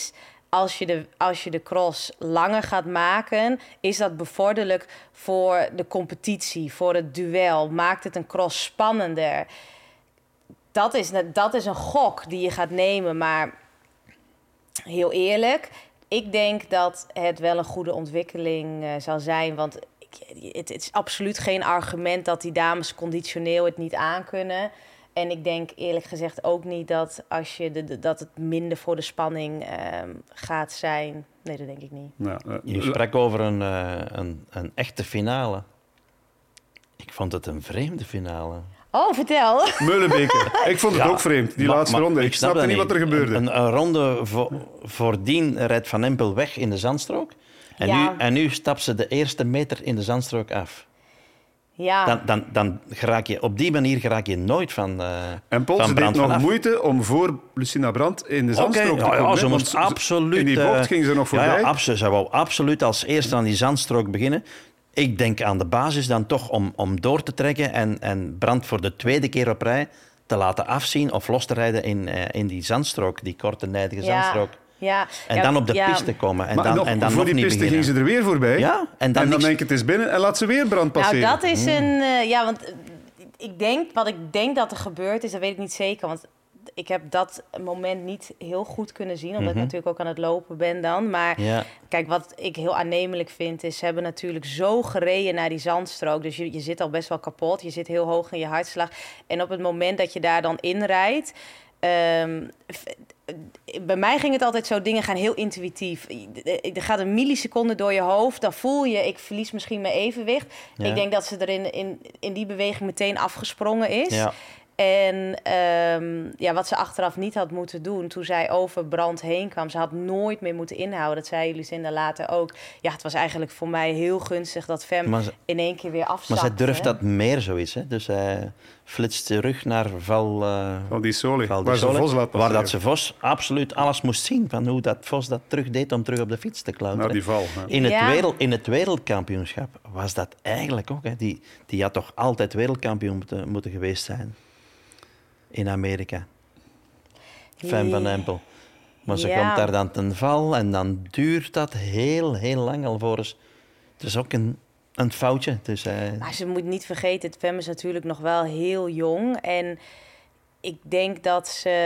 Speaker 3: als je de cross langer gaat maken, is dat bevorderlijk voor de competitie, voor het duel. Maakt het een cross spannender. Dat is een gok die je gaat nemen, maar heel eerlijk, ik denk dat het wel een goede ontwikkeling zal zijn, want het is absoluut geen argument dat die dames conditioneel het niet aankunnen. En ik denk eerlijk gezegd ook niet dat dat het minder voor de spanning gaat zijn. Nee, dat denk ik niet.
Speaker 1: Nou,
Speaker 2: Je sprak over een echte finale. Ik vond het een vreemde finale.
Speaker 3: Oh, vertel.
Speaker 1: Meulenbeker. Ik vond het ook vreemd, die laatste ronde. Ik snapte niet wat er gebeurde.
Speaker 2: Een ronde voordien rijdt Van Empel weg in de zandstrook. En nu stapt ze de eerste meter in de zandstrook af.
Speaker 3: Ja.
Speaker 2: Dan geraak je, op die manier geraak je nooit van
Speaker 1: En Pols
Speaker 2: van
Speaker 1: deed nog
Speaker 2: vanaf.
Speaker 1: moeite om voor Lucinda Brandt in de zandstrook te komen.
Speaker 2: Ze moest absoluut...
Speaker 1: In die bocht ging ze nog voorbij.
Speaker 2: Ze wou absoluut als eerste aan die zandstrook beginnen. Ik denk aan de basis dan toch om door te trekken en Brandt voor de tweede keer op rij te laten afzien of los te rijden in die zandstrook, die korte, nijdige zandstrook.
Speaker 3: Ja.
Speaker 2: En dan op de piste komen. En dan
Speaker 1: voor
Speaker 2: nog
Speaker 1: die
Speaker 2: niet
Speaker 1: piste
Speaker 2: beginnen.
Speaker 1: ging ze er weer voorbij.
Speaker 2: Ja, en dan
Speaker 1: denk ik, het is binnen en laat ze weer Brandt passeren.
Speaker 3: Nou, dat is want wat ik denk dat er gebeurd is, dat weet ik niet zeker. Want ik heb dat moment niet heel goed kunnen zien, omdat ik natuurlijk ook aan het lopen ben dan. Maar kijk, wat ik heel aannemelijk vind, is ze hebben natuurlijk zo gereden naar die zandstrook. Dus je zit al best wel kapot, je zit heel hoog in je hartslag. En op het moment dat je daar dan inrijdt, bij mij ging het altijd zo, dingen gaan heel intuïtief. Er gaat een milliseconde door je hoofd, dan voel je, ik verlies misschien mijn evenwicht. Ja. Ik denk dat ze er in die beweging meteen afgesprongen is. Ja. En wat ze achteraf niet had moeten doen toen zij over Brandt heen kwam. Ze had nooit meer moeten inhouden. Dat zei Lucinda later ook. Ja, het was eigenlijk voor mij heel gunstig dat Fem in één keer weer afzakte.
Speaker 2: Maar zij durft dat meer zoiets. Hè? Dus hij flitst terug naar Val
Speaker 1: di Sole,
Speaker 2: waar dat ze Vos absoluut alles moest zien. Van hoe dat Vos dat terug deed om terug op de fiets te klauteren.
Speaker 1: Nou, die val. Ja.
Speaker 2: In het wereldkampioenschap was dat eigenlijk ook. Hè? Die had toch altijd wereldkampioen moeten geweest zijn. In Amerika. Fem van Empel. Maar ze komt daar dan ten val en dan duurt dat heel, heel lang alvorens. Het is ook een foutje. Dus,
Speaker 3: maar ze moet niet vergeten, Fem is natuurlijk nog wel heel jong. En ik denk dat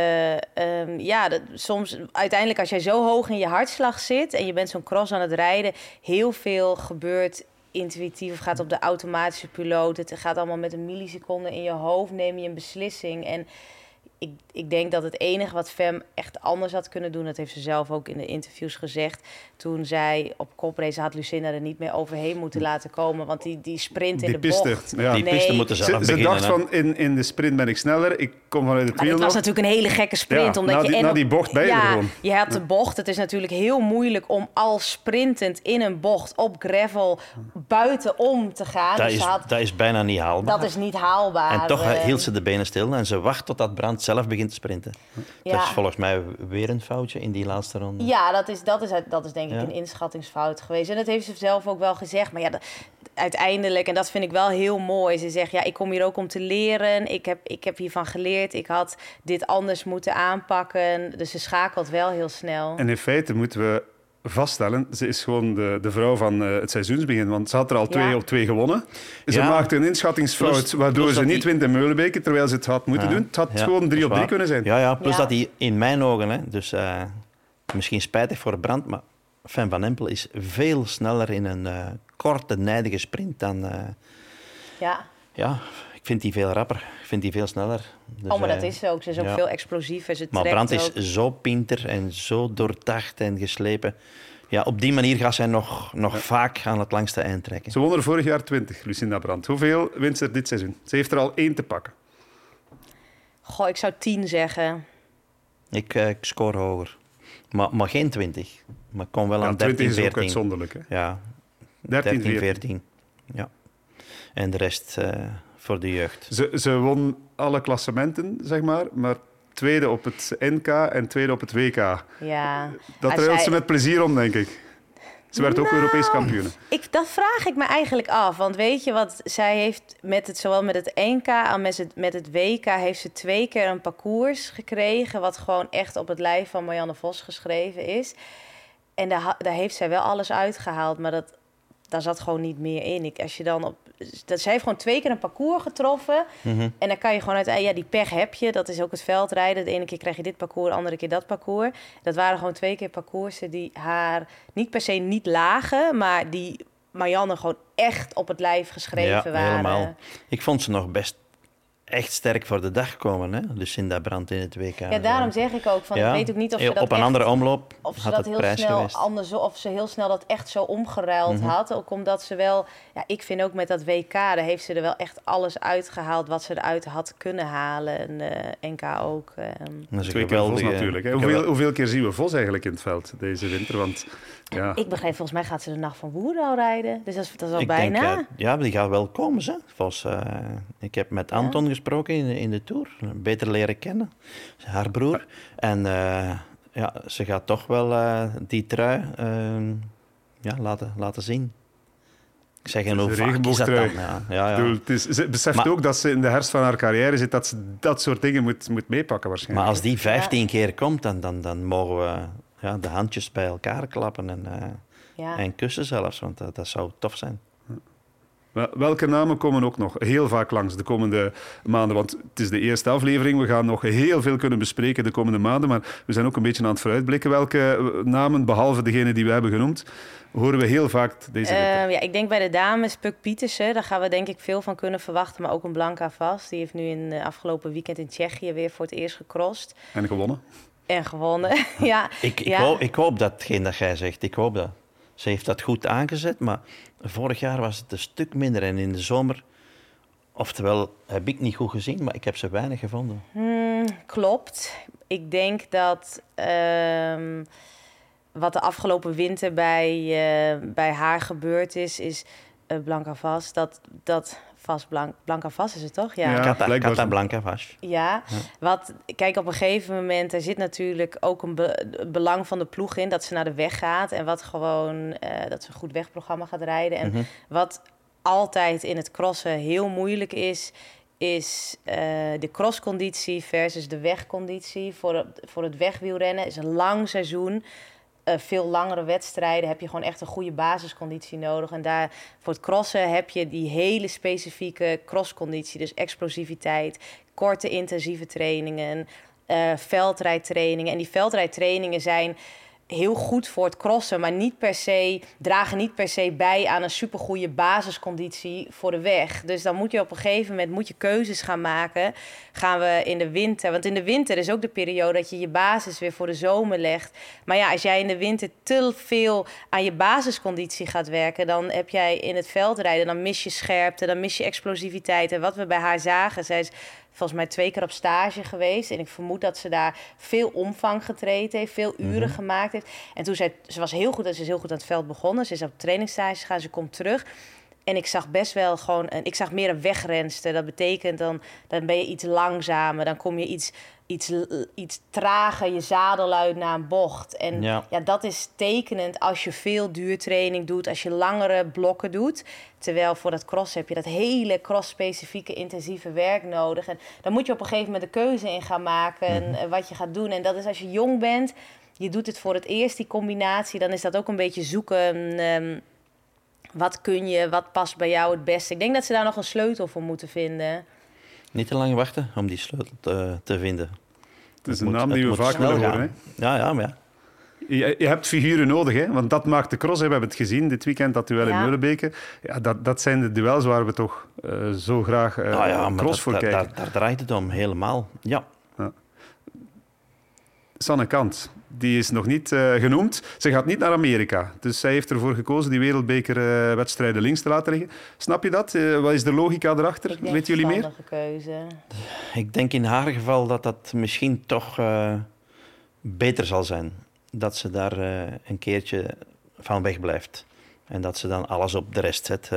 Speaker 3: ze... soms uiteindelijk als jij zo hoog in je hartslag zit en je bent zo'n cross aan het rijden, heel veel gebeurt intuïtief of gaat op de automatische piloot. Het gaat allemaal met een milliseconde in je hoofd, neem je een beslissing. En ik denk dat het enige wat Fem echt anders had kunnen doen, dat heeft ze zelf ook in de interviews gezegd, toen zij op koprace had Lucinda er niet meer overheen moeten laten komen, want die sprint in de bocht.
Speaker 1: Ja.
Speaker 2: Die piste moeten zelf beginnen.
Speaker 1: Ze dacht van, in de sprint ben ik sneller, ik kom vanuit het wiel.
Speaker 3: Het was natuurlijk een hele gekke sprint. Omdat
Speaker 1: na die bocht ben je er gewoon.
Speaker 3: Je hebt de bocht. Het is natuurlijk heel moeilijk om al sprintend in een bocht op gravel buitenom te gaan.
Speaker 2: Dat is bijna niet haalbaar.
Speaker 3: Dat is niet haalbaar.
Speaker 2: En toch hield ze de benen stil en ze wacht tot Brandt zelf begint te sprinten. Ja. Dat is volgens mij weer een foutje in die laatste ronde.
Speaker 3: Ja, dat is denk ik een inschattingsfout geweest. En dat heeft ze zelf ook wel gezegd. Maar uiteindelijk, en dat vind ik wel heel mooi, ze zegt, ik kom hier ook om te leren. Ik heb hiervan geleerd. Ik had dit anders moeten aanpakken. Dus ze schakelt wel heel snel.
Speaker 1: En in feite moeten we vaststellen, ze is gewoon de vrouw van het seizoensbegin. Want ze had er al 2 op 2 gewonnen. Ze maakte een inschattingsfout waardoor ze niet wint in Meulenbeek, terwijl ze het had moeten doen. Het had gewoon 3 op 3 kunnen zijn.
Speaker 2: Plus dat hij in mijn ogen, hè, dus misschien spijtig voor Brandt, maar Fem van Empel is veel sneller in een korte, nijdige sprint dan... Ik vind die veel rapper. Ik vind die veel sneller. Dus,
Speaker 3: maar dat is ze ook. Ze is ook veel explosiever. Ze
Speaker 2: maar Brandt is zo pinter en zo doordacht en geslepen. Ja, op die manier gaat zij nog vaak aan het langste eind trekken.
Speaker 1: Ze won er vorig jaar 20, Lucinda Brandt. Hoeveel wint ze er dit seizoen? Ze heeft er al 1 te pakken.
Speaker 3: Goh, ik zou 10 zeggen.
Speaker 2: Ik score hoger. Maar geen 20. Maar ik kom wel aan 13, 14.
Speaker 1: 20 is ook uitzonderlijk. Hè?
Speaker 2: Ja, 13, 14. Ja. En de rest voor de jeugd.
Speaker 1: Ze won alle klassementen, zeg maar tweede op het NK en tweede op het WK.
Speaker 3: Ja.
Speaker 1: Dat ruilt ze met plezier om, denk ik. Ze werd ook Europees kampioen.
Speaker 3: Dat vraag ik me eigenlijk af. Want weet je wat, zij heeft zowel met het NK als met het WK heeft ze 2 keer een parcours gekregen, wat gewoon echt op het lijf van Marianne Vos geschreven is. En daar heeft zij wel alles uitgehaald, maar daar zat gewoon niet meer in. Zij heeft gewoon 2 keer een parcours getroffen.
Speaker 2: Mhm.
Speaker 3: En dan kan je gewoon die pech heb je. Dat is ook het veldrijden. De ene keer krijg je dit parcours, de andere keer dat parcours. Dat waren gewoon 2 keer parcoursen die haar niet per se niet lagen, maar die Marianne gewoon echt op het lijf geschreven waren.
Speaker 2: Helemaal. Ik vond ze nog best echt sterk voor de dag komen, hè? Lucinda Brandt in het WK.
Speaker 3: Ja, daarom zeg ik ook van, ik weet ook niet of ze dat
Speaker 2: op een andere omloop
Speaker 3: of ze
Speaker 2: had
Speaker 3: dat
Speaker 2: het
Speaker 3: heel
Speaker 2: prijs
Speaker 3: snel
Speaker 2: geweest.
Speaker 3: of ze heel snel dat echt zo omgeruild had. Ook omdat ze wel, ik vind ook met dat WK, daar heeft ze er wel echt alles uitgehaald wat ze eruit had kunnen halen. En NK ook.
Speaker 2: Dat is
Speaker 1: 2 keer Vos natuurlijk. Hè. Hoeveel keer zien we Vos eigenlijk in het veld deze winter? Want
Speaker 3: ik begreep, volgens mij gaat ze de Nacht van Woerden al rijden. Dus dat is al
Speaker 2: ik
Speaker 3: bijna.
Speaker 2: Denk, maar die gaat wel komen, ze. Vos, ik heb met Anton gesproken in de Tour. Beter leren kennen. Haar broer. En ze gaat toch wel die trui laten zien. Ik zeg, en hoe vaak is dat dan? Ja.
Speaker 1: Ze beseft ook dat ze in de herfst van haar carrière zit, dat ze dat soort dingen moet meepakken waarschijnlijk.
Speaker 2: Maar als die 15 keer komt, dan mogen we de handjes bij elkaar klappen en kussen zelfs, want dat zou tof zijn.
Speaker 1: Welke namen komen ook nog heel vaak langs de komende maanden? Want het is de eerste aflevering. We gaan nog heel veel kunnen bespreken de komende maanden. Maar we zijn ook een beetje aan het vooruitblikken. Welke namen, behalve degene die we hebben genoemd, horen we heel vaak deze winter?
Speaker 3: Ik denk bij de dames Puk Pietersen. Daar gaan we denk ik veel van kunnen verwachten. Maar ook een Blanka Vas. Die heeft nu in afgelopen weekend in Tsjechië weer voor het eerst gecrossed.
Speaker 1: En gewonnen.
Speaker 3: Ja.
Speaker 2: Ik hoop datgene dat jij zegt. Ik hoop dat. Ze heeft dat goed aangezet, maar vorig jaar was het een stuk minder. En in de zomer, oftewel, heb ik niet goed gezien, maar ik heb ze weinig gevonden.
Speaker 3: Klopt. Ik denk dat wat de afgelopen winter bij haar gebeurd is Blanka Vas. Blanka Vas is het toch? Ja.
Speaker 2: Cata Blanca Vas.
Speaker 3: Ja, kijk, op een gegeven moment, er zit natuurlijk ook een belang van de ploeg in, dat ze naar de weg gaat en dat ze een goed wegprogramma gaat rijden. En wat altijd in het crossen heel moeilijk is de crossconditie versus de wegconditie. Voor het wegwielrennen is een lang seizoen. Veel langere wedstrijden heb je gewoon echt een goede basisconditie nodig. En daar voor het crossen heb je die hele specifieke crossconditie. Dus explosiviteit, korte intensieve trainingen, veldrijdtrainingen. En die veldrijdtrainingen zijn heel goed voor het crossen, maar dragen niet per se bij aan een supergoeie basisconditie voor de weg. Dus dan moet je op een gegeven moment keuzes gaan maken. Gaan we in de winter, want in de winter is ook de periode dat je basis weer voor de zomer legt. Maar ja, als jij in de winter te veel aan je basisconditie gaat werken, dan heb jij in het veldrijden, dan mis je scherpte, dan mis je explosiviteit. En wat we bij haar zagen, zij is volgens mij 2 keer op stage geweest. En ik vermoed dat ze daar veel omvang getraind heeft, veel uren gemaakt heeft. En toen ze was heel goed, ze is heel goed aan het veld begonnen. Ze is op trainingsstage gegaan, ze komt terug. En ik zag best wel gewoon, ik zag meer een wegrenster. Dat betekent dan ben je iets langzamer, dan kom je iets trager je zadel uit naar een bocht. En ja, dat is tekenend als je veel duurtraining doet, als je langere blokken doet. Terwijl voor dat cross heb je dat hele cross-specifieke intensieve werk nodig. En dan moet je op een gegeven moment de keuze in gaan maken wat je gaat doen. En dat is als je jong bent, je doet het voor het eerst, die combinatie, dan is dat ook een beetje zoeken. Wat kun je, wat past bij jou het beste? Ik denk dat ze daar nog een sleutel voor moeten vinden.
Speaker 2: Niet te lang wachten om die sleutel te vinden.
Speaker 1: Het is een naam die we vaak willen horen. Hè?
Speaker 2: Ja, maar ja.
Speaker 1: Je hebt figuren nodig, hè? Want dat maakt de cross. Hè? We hebben het gezien dit weekend, dat duel in Meulenbeke. Ja, dat zijn de duels waar we toch zo graag cross voor kijken.
Speaker 2: Daar draait het om, helemaal. Ja.
Speaker 1: Sanne Kant, die is nog niet genoemd. Ze gaat niet naar Amerika. Dus zij heeft ervoor gekozen die wereldbekerwedstrijden links te laten liggen. Snap je dat? Wat is de logica erachter? Weten jullie meer?
Speaker 3: Keuze.
Speaker 2: Ik denk in haar geval dat dat misschien toch beter zal zijn. Dat ze daar een keertje van wegblijft. En dat ze dan alles op de rest zet.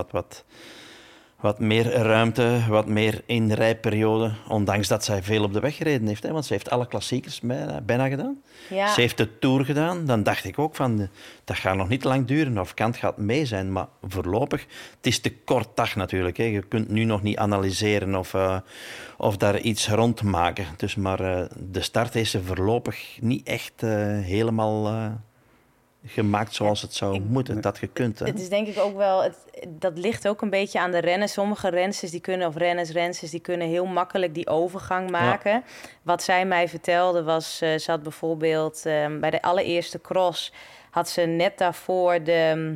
Speaker 2: Wat meer ruimte, wat meer inrijperiode. Ondanks dat zij veel op de weg gereden heeft. Hè, want ze heeft alle klassiekers bijna gedaan.
Speaker 3: Ja.
Speaker 2: Ze heeft de Tour gedaan. Dan dacht ik ook van, dat gaat nog niet lang duren. Of Kant gaat mee zijn. Maar voorlopig, het is te kort dag natuurlijk. Hè. Je kunt nu nog niet analyseren of daar iets rond maken. Dus, maar de start heeft ze voorlopig niet echt helemaal gemaakt zoals het zou moeten, dat je kunt. Hè?
Speaker 3: Het is denk ik ook wel, dat ligt ook een beetje aan de rennen. Sommige rensters die kunnen, of rensters die kunnen heel makkelijk die overgang maken. Ja. Wat zij mij vertelde was, ze had bijvoorbeeld bij de allereerste cross had ze net daarvoor de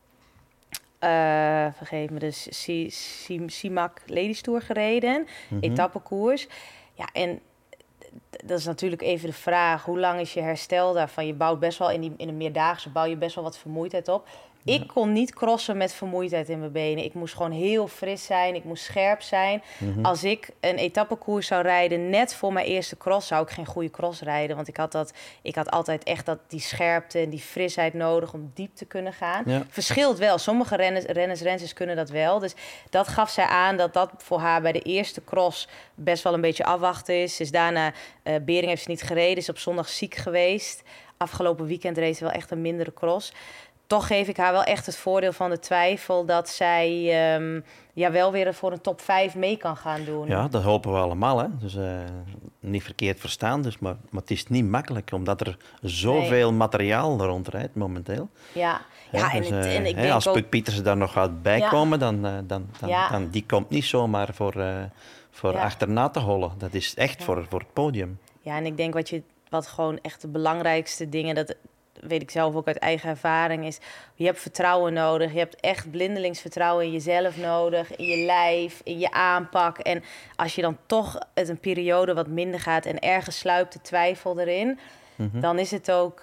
Speaker 3: vergeef me, de CIMAC Ladies Tour gereden, etappekoers. Ja, en dat is natuurlijk even de vraag, hoe lang is je herstel daarvan? Je bouwt best wel in de meerdaagse bouw je best wel wat vermoeidheid op. Ik kon niet crossen met vermoeidheid in mijn benen. Ik moest gewoon heel fris zijn. Ik moest scherp zijn. Als ik een etappekoers zou rijden net voor mijn eerste cross, zou ik geen goede cross rijden. Want ik had altijd echt die scherpte en die frisheid nodig om diep te kunnen gaan. Ja. Verschilt wel. Sommige renners kunnen dat wel. Dus dat gaf zij aan dat voor haar bij de eerste cross best wel een beetje afwachten is. Dus daarna, Bering heeft ze niet gereden. Is op zondag ziek geweest. Afgelopen weekend reed ze wel echt een mindere cross. Toch geef ik haar wel echt het voordeel van de twijfel dat zij wel weer voor een top 5 mee kan gaan doen.
Speaker 2: Ja, dat hopen we allemaal. Hè? Dus niet verkeerd verstaan, dus, maar het is niet makkelijk, omdat er zoveel materiaal rondrijdt momenteel.
Speaker 3: Ja,
Speaker 2: dus, en ik denk als Puk Pietersen daar nog gaat bijkomen, dan die komt niet zomaar voor achterna te hollen. Dat is echt voor het podium.
Speaker 3: Ja, en ik denk wat gewoon echt de belangrijkste dingen, dat weet ik zelf ook uit eigen ervaring, is je hebt vertrouwen nodig. Je hebt echt blindelings vertrouwen in jezelf nodig, in je lijf, in je aanpak. En als je dan toch uit een periode wat minder gaat en ergens sluipt de twijfel erin, dan is het ook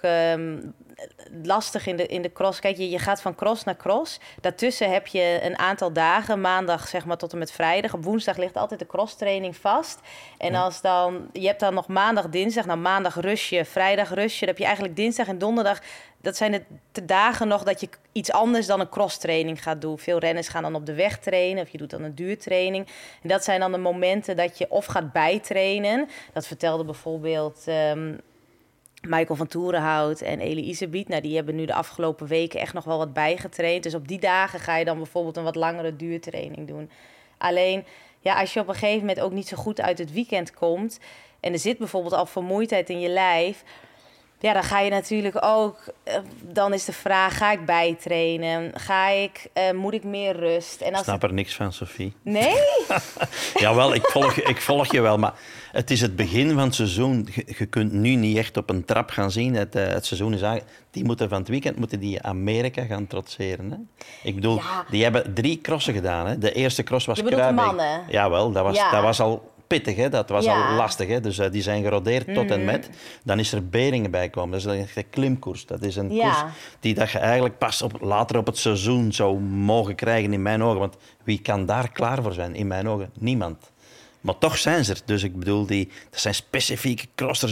Speaker 3: lastig in de cross. Kijk, je gaat van cross naar cross. Daartussen heb je een aantal dagen, maandag zeg maar tot en met vrijdag. Op woensdag ligt altijd de crosstraining vast. En je hebt dan nog maandag, dinsdag. Nou, maandag rust je, vrijdag rust je. Dan heb je eigenlijk dinsdag en donderdag. Dat zijn de dagen nog dat je iets anders dan een crosstraining gaat doen. Veel renners gaan dan op de weg trainen of je doet dan een duurtraining. En dat zijn dan de momenten dat je of gaat bijtrainen. Dat vertelde bijvoorbeeld Michael van Toerenhout en Elie Iserbiet. Nou, die hebben nu de afgelopen weken echt nog wel wat bijgetraind. Dus op die dagen ga je dan bijvoorbeeld een wat langere duurtraining doen. Alleen, als je op een gegeven moment ook niet zo goed uit het weekend komt en er zit bijvoorbeeld al vermoeidheid in je lijf, dan ga je natuurlijk ook, dan is de vraag, ga ik bijtrainen? Moet ik meer rust? En
Speaker 2: ik snap er niks van, Sophie.
Speaker 3: Nee?
Speaker 2: Jawel, ik volg je wel, maar het is het begin van het seizoen. Je kunt nu niet echt op een trap gaan zien. Het seizoen is eigenlijk, van het weekend die Amerika gaan trotseren. Hè? Ik bedoel, die hebben 3 crossen gedaan. Hè? De eerste cross was Kruijbeek. Je bedoelt de mannen? Jawel, dat was al pittig, hè? Dat was al lastig. Hè? Dus die zijn gerodeerd tot en met. Dan is er Beringen bij komen. Dat is een klimkoers. Dat is een koers dat je eigenlijk pas later op het seizoen zou mogen krijgen, in mijn ogen. Want wie kan daar klaar voor zijn? In mijn ogen niemand. Maar toch zijn ze er. Dus ik bedoel, dat zijn specifieke crossers.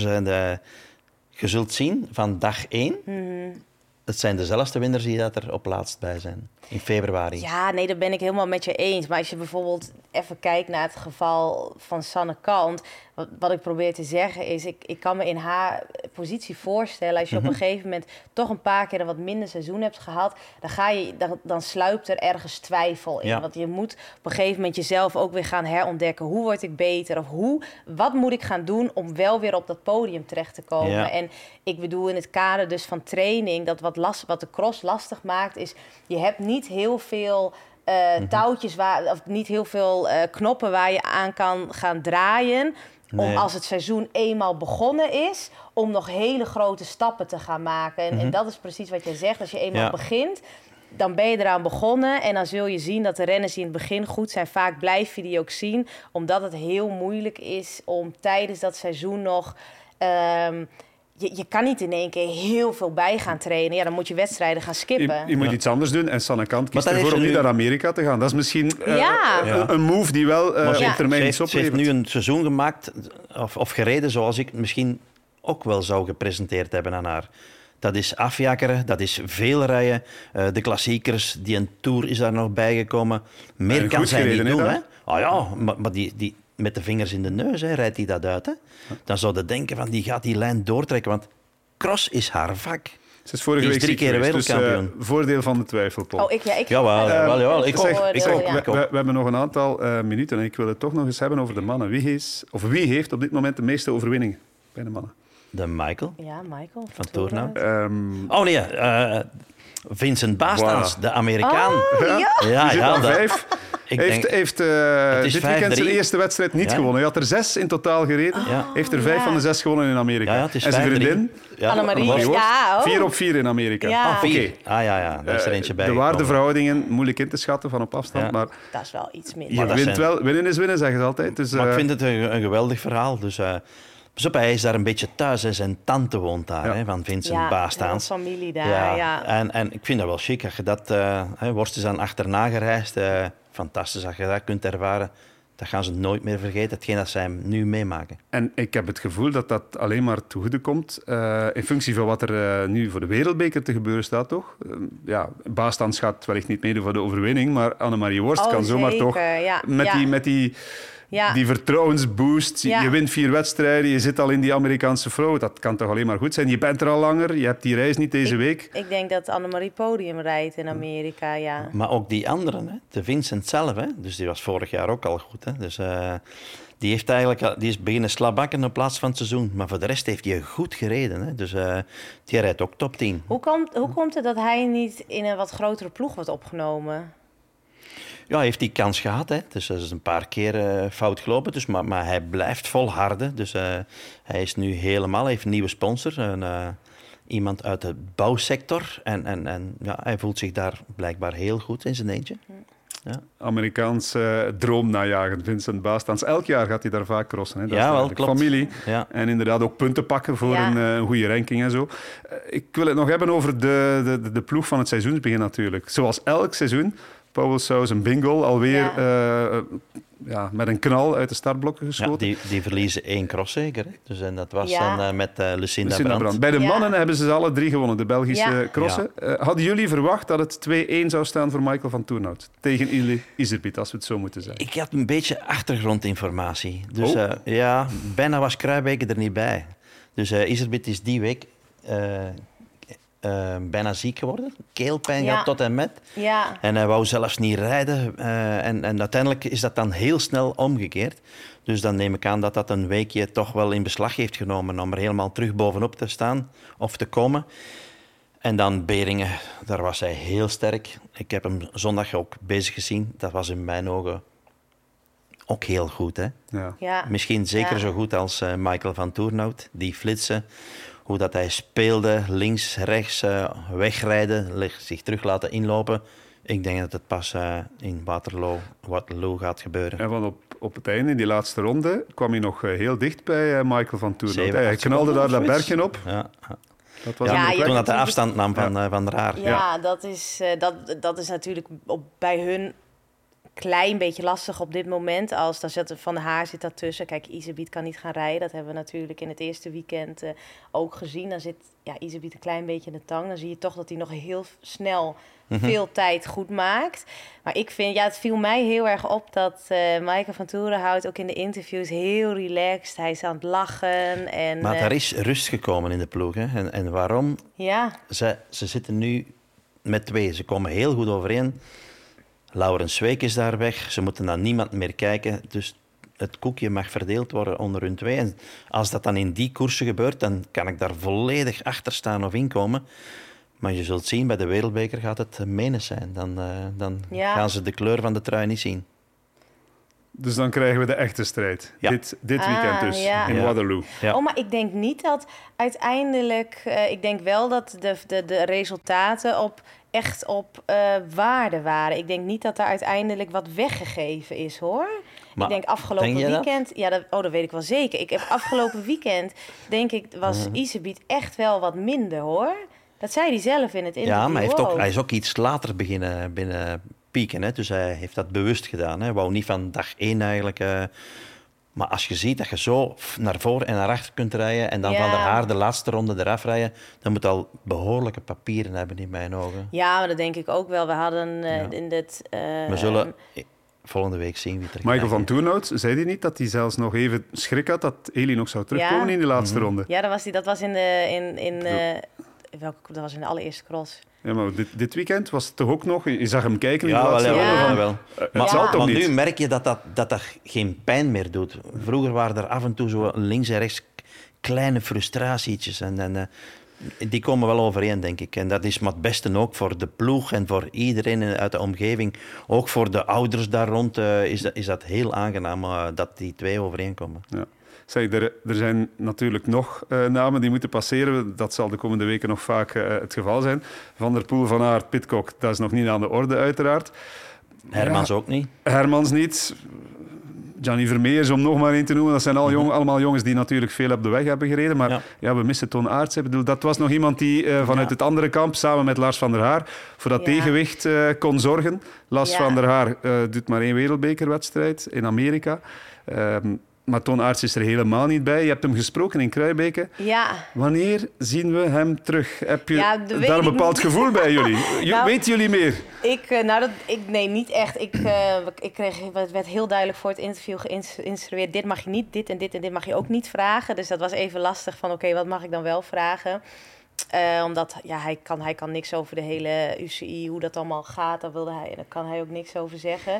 Speaker 2: Je zult zien, van dag 1... Het zijn dezelfde winnaars die er op laatst bij zijn, in februari.
Speaker 3: Ja, nee, dat ben ik helemaal met je eens. Maar als je bijvoorbeeld even kijkt naar het geval van Sanne Cant, wat ik probeer te zeggen is, ik kan me in haar positie voorstellen, als je op een gegeven moment toch een paar keer een wat minder seizoen hebt gehad, dan sluipt er ergens twijfel in. Ja. Want je moet op een gegeven moment jezelf ook weer gaan herontdekken. Hoe word ik beter? Of wat moet ik gaan doen om wel weer op dat podium terecht te komen? Ja. En ik bedoel, in het kader dus van training, dat wat de cross lastig maakt, is je hebt niet heel veel touwtjes, of niet heel veel knoppen waar je aan kan gaan draaien. Nee. Om als het seizoen eenmaal begonnen is, om nog hele grote stappen te gaan maken. En dat is precies wat jij zegt. Als je eenmaal begint, dan ben je eraan begonnen. En dan zul je zien dat de renners die in het begin goed zijn, vaak blijf je die ook zien. Omdat het heel moeilijk is om tijdens dat seizoen nog Je kan niet in één keer heel veel bij gaan trainen. Ja, dan moet je wedstrijden gaan skippen.
Speaker 1: Je moet iets anders doen. En Sanne Cant kiest ervoor om niet naar Amerika te gaan. Dat is misschien een move die wel op termijn iets oplevert. Ze heeft
Speaker 2: nu een seizoen gemaakt of gereden zoals ik misschien ook wel zou gepresenteerd hebben aan haar. Dat is afjakkeren, dat is veel rijden. De klassiekers, die een Tour is daar nog bijgekomen. Meer kan zij niet doen. Hè? Ah ja, maar die met de vingers in de neus rijdt hij dat uit. Hè? Dan zou je denken van die gaat die lijn doortrekken, want cross is haar vak.
Speaker 1: Ze is vorige week
Speaker 2: 3 keer wereldkampioen.
Speaker 1: Dus, voordeel van de twijfel, Paul.
Speaker 3: Oh, ik
Speaker 2: Jawel.
Speaker 1: We hebben nog een aantal minuten en ik wil het toch nog eens hebben over de mannen. Wie heeft op dit moment de meeste overwinningen bij de mannen?
Speaker 2: De Michael
Speaker 3: Ja, Michael.
Speaker 2: van Turnhout.
Speaker 1: Ehm,
Speaker 2: Oh nee, Vincent Baastans,
Speaker 1: Voilà.
Speaker 2: de Amerikaan.
Speaker 3: ja.
Speaker 2: Ja,
Speaker 1: die zit aan
Speaker 2: dat-
Speaker 1: 5.
Speaker 2: ik
Speaker 1: Heeft
Speaker 2: denk,
Speaker 1: heeft
Speaker 2: is
Speaker 1: dit weekend
Speaker 2: 5-3.
Speaker 1: zijn eerste wedstrijd niet
Speaker 2: Ja.
Speaker 1: gewonnen. Hij had er 6 in totaal gereden.
Speaker 2: Ja.
Speaker 1: Heeft er 5
Speaker 3: ja.
Speaker 1: van de 6 gewonnen in Amerika.
Speaker 2: Ja, het is
Speaker 1: en zijn
Speaker 2: 5-3.
Speaker 1: vriendin,
Speaker 2: Ja,
Speaker 3: Annemarie.
Speaker 2: Worst.
Speaker 3: Ja,
Speaker 1: 4 op 4 in Amerika.
Speaker 3: Ja.
Speaker 2: Ah, 4.
Speaker 1: Oké.
Speaker 2: Ja, daar is er eentje bij
Speaker 1: De
Speaker 2: gekomen.
Speaker 1: waardeverhoudingen, moeilijk in te schatten van op afstand.
Speaker 2: Ja.
Speaker 1: Maar
Speaker 3: Dat is wel iets minder.
Speaker 1: je
Speaker 2: dat
Speaker 1: wint
Speaker 2: zijn-
Speaker 1: wel. Winnen is winnen, zeggen ze altijd. Dus,
Speaker 2: Maar ik vind het een geweldig verhaal. Dus, pas op, hij is daar een beetje thuis. Hè. Zijn tante woont daar,
Speaker 1: Ja.
Speaker 2: hè, van Vincent
Speaker 3: ja,
Speaker 2: Baastans.
Speaker 3: heel familie daar, ja.
Speaker 2: En ik vind dat wel chic. Als je dat, Worst is dan achterna gereisd. Fantastisch als je dat kunt ervaren. Dat gaan ze nooit meer vergeten, hetgeen dat zij nu meemaken.
Speaker 1: En ik heb het gevoel dat dat alleen maar te goede komt in functie van wat er nu voor de wereldbeker te gebeuren staat, toch? Ja, Baastans gaat wellicht niet meedoen voor de overwinning, maar Annemarie Worst
Speaker 3: Oh,
Speaker 1: kan zomaar
Speaker 3: zeker,
Speaker 1: toch
Speaker 3: ja,
Speaker 1: met,
Speaker 3: ja.
Speaker 1: die vertrouwensboost.
Speaker 3: Ja.
Speaker 1: Je wint 4 wedstrijden, je zit al in die Amerikaanse vrouw. Dat kan toch alleen maar goed zijn? Je bent er al langer, je hebt die reis niet deze week.
Speaker 3: Ik denk dat Annemarie podium rijdt in Amerika, ja.
Speaker 2: Maar ook die anderen, hè? De Vincent zelf, hè? Dus die was vorig jaar ook al goed. Hè? Dus, die is beginnen slabakken op plaats van het seizoen. Maar voor de rest heeft hij goed gereden. Hè? Dus die rijdt ook top 10.
Speaker 3: Hoe komt het dat hij niet in een wat grotere ploeg wordt opgenomen?
Speaker 2: Ja, hij heeft die kans gehad. Hè. Dus dat is een paar keer fout gelopen. Dus, maar hij blijft volharden. Dus hij is nu helemaal... Hij heeft een nieuwe sponsor. Iemand uit de bouwsector. En ja, hij voelt zich daar blijkbaar heel goed in zijn eentje. Ja,
Speaker 1: Amerikaans droom najagen, Vincent Baastans. Elk jaar gaat hij daar vaak crossen. Hè. Dat
Speaker 2: Ja,
Speaker 1: is
Speaker 2: wel,
Speaker 1: eigenlijk
Speaker 2: klopt.
Speaker 1: familie.
Speaker 2: ja.
Speaker 1: En inderdaad ook punten pakken voor
Speaker 3: Ja.
Speaker 1: een goede ranking en zo. Ik wil het nog hebben over de ploeg van het seizoensbegin natuurlijk. Zoals elk seizoen. Powell Saus en Bingo alweer met een knal uit de startblokken
Speaker 2: Ja,
Speaker 1: geschoten.
Speaker 2: die verliezen 1 cross zeker. Hè. Dus, en dat was
Speaker 3: Ja.
Speaker 2: dan met Lucinda
Speaker 1: Lucinda
Speaker 2: Brandt.
Speaker 1: Brandt. Bij de
Speaker 3: Ja.
Speaker 1: mannen hebben ze alle 3 gewonnen, de Belgische
Speaker 3: Ja.
Speaker 1: crossen. Hadden jullie verwacht dat het 2-1 zou staan voor Michael van Turnhout? Tegen Ili Iserbyt, als we het zo moeten zeggen.
Speaker 2: Ik had een beetje achtergrondinformatie. Dus
Speaker 1: Oh.
Speaker 2: bijna was Kruijbeke er niet bij. Dus Iserbyt is die week bijna ziek geworden. Keelpijn
Speaker 3: Ja.
Speaker 2: gehad tot en met.
Speaker 3: Ja,
Speaker 2: En hij wou zelfs niet rijden. En uiteindelijk is dat dan heel snel omgekeerd. Dus dan neem ik aan dat dat een weekje toch wel in beslag heeft genomen om er helemaal terug bovenop te staan of te komen. En dan Beringen, daar was hij heel sterk. Ik heb hem zondag ook bezig gezien. Dat was in mijn ogen ook heel goed. Hè?
Speaker 1: Ja.
Speaker 3: ja.
Speaker 2: Misschien zeker
Speaker 3: Ja.
Speaker 2: zo goed als Michael van Turnhout. Die flitsen, hoe dat hij speelde, links, rechts, wegrijden, zich terug laten inlopen. Ik denk dat het pas in Waterloo gaat gebeuren.
Speaker 1: En van op het einde, in die laatste ronde, kwam hij nog heel dicht bij Michael van Turnhout.
Speaker 2: 7,
Speaker 1: Hij
Speaker 2: 8
Speaker 1: knalde daar
Speaker 2: seconden
Speaker 1: dat
Speaker 2: of
Speaker 1: bergje op.
Speaker 2: Ja.
Speaker 1: Dat was
Speaker 3: Ja,
Speaker 1: indrukwekkend.
Speaker 2: Toen dat hij
Speaker 3: natuurlijk-
Speaker 2: afstand nam van Raar.
Speaker 3: Ja, dat is natuurlijk bij hun klein beetje lastig op dit moment. Als dan zit Van der Haar zit daartussen. Kijk, Iserbyt kan niet gaan rijden. Dat hebben we natuurlijk in het eerste weekend ook gezien. Dan zit Iserbyt een klein beetje in de tang. Dan zie je toch dat hij nog heel snel veel tijd goed maakt. Maar ik vind, het viel mij heel erg op dat Michael van Turnhout ook in de interviews heel relaxed. Hij is aan het lachen. En,
Speaker 2: Maar er is rust gekomen in de ploeg. Hè. En waarom?
Speaker 3: ja,
Speaker 2: Ze zitten nu met 2. Ze komen heel goed overeen. Laurens Zweek is daar weg. Ze moeten naar niemand meer kijken. Dus het koekje mag verdeeld worden onder hun 2. En als dat dan in die koersen gebeurt, dan kan ik daar volledig achter staan of inkomen. Maar je zult zien, bij de Wereldbeker gaat het menens zijn. Dan
Speaker 3: Ja.
Speaker 2: gaan ze de kleur van de trui niet zien.
Speaker 1: Dus dan krijgen we de echte strijd.
Speaker 2: Ja.
Speaker 1: Dit weekend dus,
Speaker 3: ja.
Speaker 1: in
Speaker 2: Ja.
Speaker 1: Waterloo.
Speaker 2: Ja.
Speaker 3: Oh, maar ik denk niet dat uiteindelijk... ik denk wel dat de resultaten echt op waarde waren. Ik denk niet dat er uiteindelijk wat weggegeven is, hoor.
Speaker 2: Maar
Speaker 3: ik denk afgelopen
Speaker 2: denk je dat?
Speaker 3: weekend... Ja, dat weet ik wel zeker. Ik heb afgelopen weekend, denk ik, was Iserbyt echt wel wat minder, hoor. Dat zei hij zelf in het interview.
Speaker 2: Ja, maar
Speaker 3: ook.
Speaker 2: hij is ook iets later binnen pieken. Hè? Dus hij heeft dat bewust gedaan. Hij wou niet van dag 1 eigenlijk... maar als je ziet dat je zo naar voren en naar achter kunt rijden en dan
Speaker 3: Ja.
Speaker 2: Van der Haar de laatste ronde eraf rijden, dan moet al behoorlijke papieren hebben in mijn ogen.
Speaker 3: Ja, maar dat denk ik ook wel. We hadden in dit...
Speaker 2: We zullen volgende week zien wie er
Speaker 1: Michael
Speaker 2: krijgt.
Speaker 1: van Turnhout, zei hij niet dat hij zelfs nog even schrik had dat Eli nog zou terugkomen
Speaker 3: Ja.
Speaker 1: in de laatste ronde?
Speaker 3: Ja, dat was in dat was in de allereerste cross.
Speaker 1: Ja, maar dit weekend was het toch ook nog... Je zag hem kijken in de
Speaker 2: Ja, wel,
Speaker 1: laatste
Speaker 2: ja,
Speaker 1: ronde.
Speaker 3: Ja.
Speaker 1: Van,
Speaker 2: wel.
Speaker 1: het
Speaker 2: Maar,
Speaker 1: zal toch
Speaker 2: maar
Speaker 1: niet?
Speaker 2: nu merk je dat geen pijn meer doet. Vroeger waren er af en toe zo links en rechts kleine frustratietjes. En die komen wel overeen, denk ik. En dat is maar het beste ook voor de ploeg en voor iedereen uit de omgeving. Ook voor de ouders daar rond is dat heel aangenaam dat die twee overeenkomen.
Speaker 1: Ja. Zeg, er zijn natuurlijk nog namen die moeten passeren. Dat zal de komende weken nog vaak het geval zijn. Van der Poel, Van Aert, Pidcock, dat is nog niet aan de orde uiteraard.
Speaker 2: Hermans ook niet.
Speaker 1: Hermans niet. Gianni Vermeers, om nog maar één te noemen. Dat zijn allemaal jongens die natuurlijk veel op de weg hebben gereden. Maar we missen Toon Aerts. Ik bedoel, dat was nog iemand die vanuit het andere kamp, samen met Lars van der Haar, voor dat tegenwicht kon zorgen. Lars van der Haar doet maar 1 wereldbekerwedstrijd in Amerika. Maar Toon Aerts is er helemaal niet bij. Je hebt hem gesproken in Kruijbeke.
Speaker 3: Ja.
Speaker 1: Wanneer zien we hem terug? Heb je daar een bepaald gevoel bij jullie? Weten jullie meer?
Speaker 3: Nee, niet echt. Het werd heel duidelijk voor het interview geïnstrueerd. Dit mag je niet, dit en dit mag je ook niet vragen. Dus dat was even lastig van oké, wat mag ik dan wel vragen? Omdat hij kan niks over de hele UCI, hoe dat allemaal gaat. Daar kan hij ook niks over zeggen.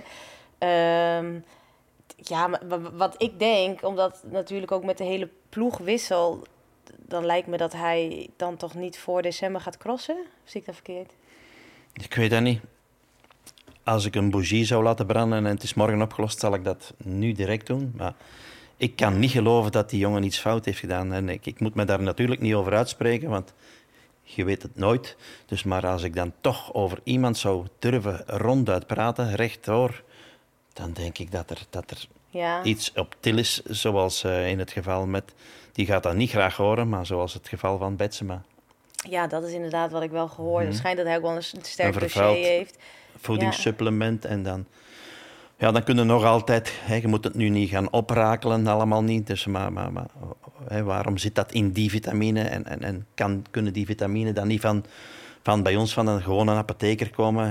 Speaker 3: Ja, maar wat ik denk, omdat natuurlijk ook met de hele ploegwissel, dan lijkt me dat hij dan toch niet voor december gaat crossen. Of zie ik dat verkeerd?
Speaker 2: Ik weet dat niet. Als ik een bougie zou laten branden en het is morgen opgelost, zal ik dat nu direct doen. Maar ik kan niet geloven dat die jongen iets fout heeft gedaan. En ik moet me daar natuurlijk niet over uitspreken, want je weet het nooit. Dus maar als ik dan toch over iemand zou durven ronduit praten, rechtdoor, dan denk ik dat er iets op til is, zoals in het geval met... Die gaat dat niet graag horen, maar zoals het geval van Betsema.
Speaker 3: Ja, dat is inderdaad wat ik wel gehoord heb. Het schijnt dat hij ook wel een sterk dossier heeft.
Speaker 2: Voedingssupplement en dan... Ja, dan kunnen nog altijd... je moet het nu niet gaan oprakelen, allemaal niet. Dus, maar waarom zit dat in die vitamine? En kunnen die vitamine dan niet van bij ons, van een gewone apotheker komen...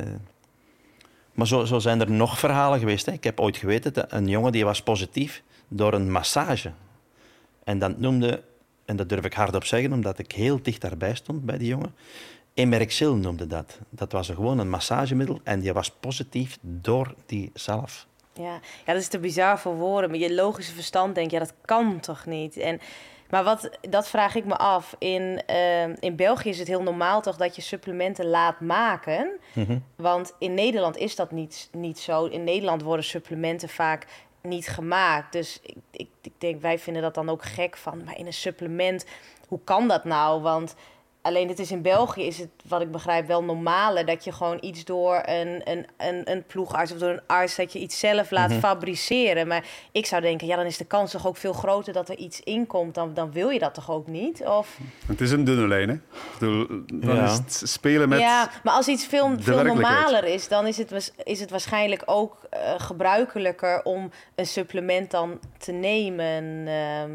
Speaker 2: Maar zo zijn er nog verhalen geweest. Hè. Ik heb ooit geweten dat een jongen die was positief door een massage. En dat noemde, en dat durf ik hardop zeggen, omdat ik heel dicht daarbij stond bij die jongen, Emerxil noemde dat. Dat was gewoon een massagemiddel en die was positief door die zalf.
Speaker 3: Ja, dat is te bizar voor woorden. Maar je logische verstand denkt, dat kan toch niet? Maar dat vraag ik me af. In België is het heel normaal toch dat je supplementen laat maken. Mm-hmm. Want in Nederland is dat niet zo. In Nederland worden supplementen vaak niet gemaakt. Dus ik denk, wij vinden dat dan ook gek van. Maar in een supplement, hoe kan dat nou? Want alleen het is in België, is het, wat ik begrijp, wel normaler dat je gewoon iets door een ploegarts of door een arts, dat je iets zelf laat fabriceren. Maar ik zou denken, dan is de kans toch ook veel groter dat er iets in komt. Dan wil je dat toch ook niet? Of...
Speaker 1: Het is een dunne lijn, hè? Dan is het spelen met...
Speaker 3: Ja, maar als iets veel normaler is, dan is het waarschijnlijk ook gebruikelijker om een supplement dan te nemen.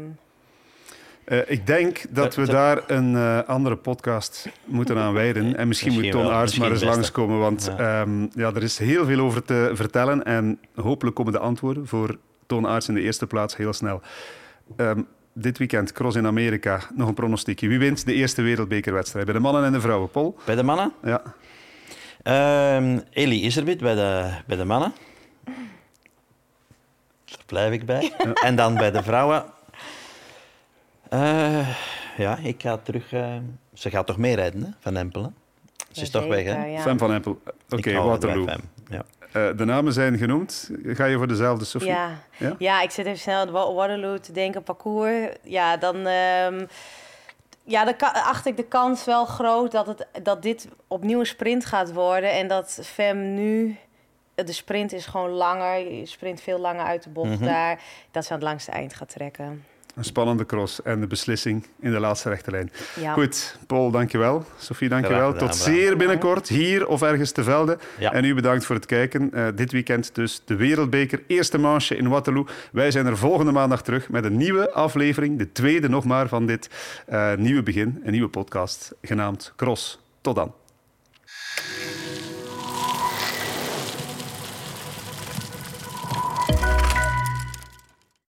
Speaker 1: Ik denk dat we daar een andere podcast moeten aan wijden. En misschien moet Toon Aerts maar eens langskomen. Want er is heel veel over te vertellen. En hopelijk komen de antwoorden voor Toon Aerts in de eerste plaats heel snel. Dit weekend, cross in Amerika. Nog een pronostiekje. Wie wint de eerste wereldbekerwedstrijd? Bij de mannen en de vrouwen, Paul?
Speaker 2: Bij de mannen?
Speaker 1: Ja.
Speaker 2: Eli Iserbyt bij de mannen. Daar blijf ik bij. Ja. En dan bij de vrouwen... ik ga terug... ze gaat toch meerijden, hè? Van Empel, hè? Ze is toch weg, hè?
Speaker 3: Ja.
Speaker 1: Fem van Empel. Oké, Waterloo. De namen zijn genoemd. Ga je voor dezelfde, Sophie?
Speaker 3: Ja, ik zit even snel aan Waterloo te denken, parcours. Ja, dan acht ik de kans wel groot dat dit opnieuw een sprint gaat worden. En dat Fem nu... De sprint is gewoon langer. Je sprint veel langer uit de bocht daar. Dat ze aan het langste eind gaat trekken.
Speaker 1: Een spannende cross en de beslissing in de laatste rechte lijn.
Speaker 3: Ja.
Speaker 1: Goed, Paul, dankjewel. Sophie, dankjewel. Tot zeer binnenkort, hier of ergens te Velde. Ja. En u bedankt voor het kijken. Dit weekend dus de Wereldbeker, eerste manche in Waterloo. Wij zijn er volgende maandag terug met een nieuwe aflevering, de tweede nog maar van dit nieuwe begin. Een nieuwe podcast, genaamd Cross. Tot dan.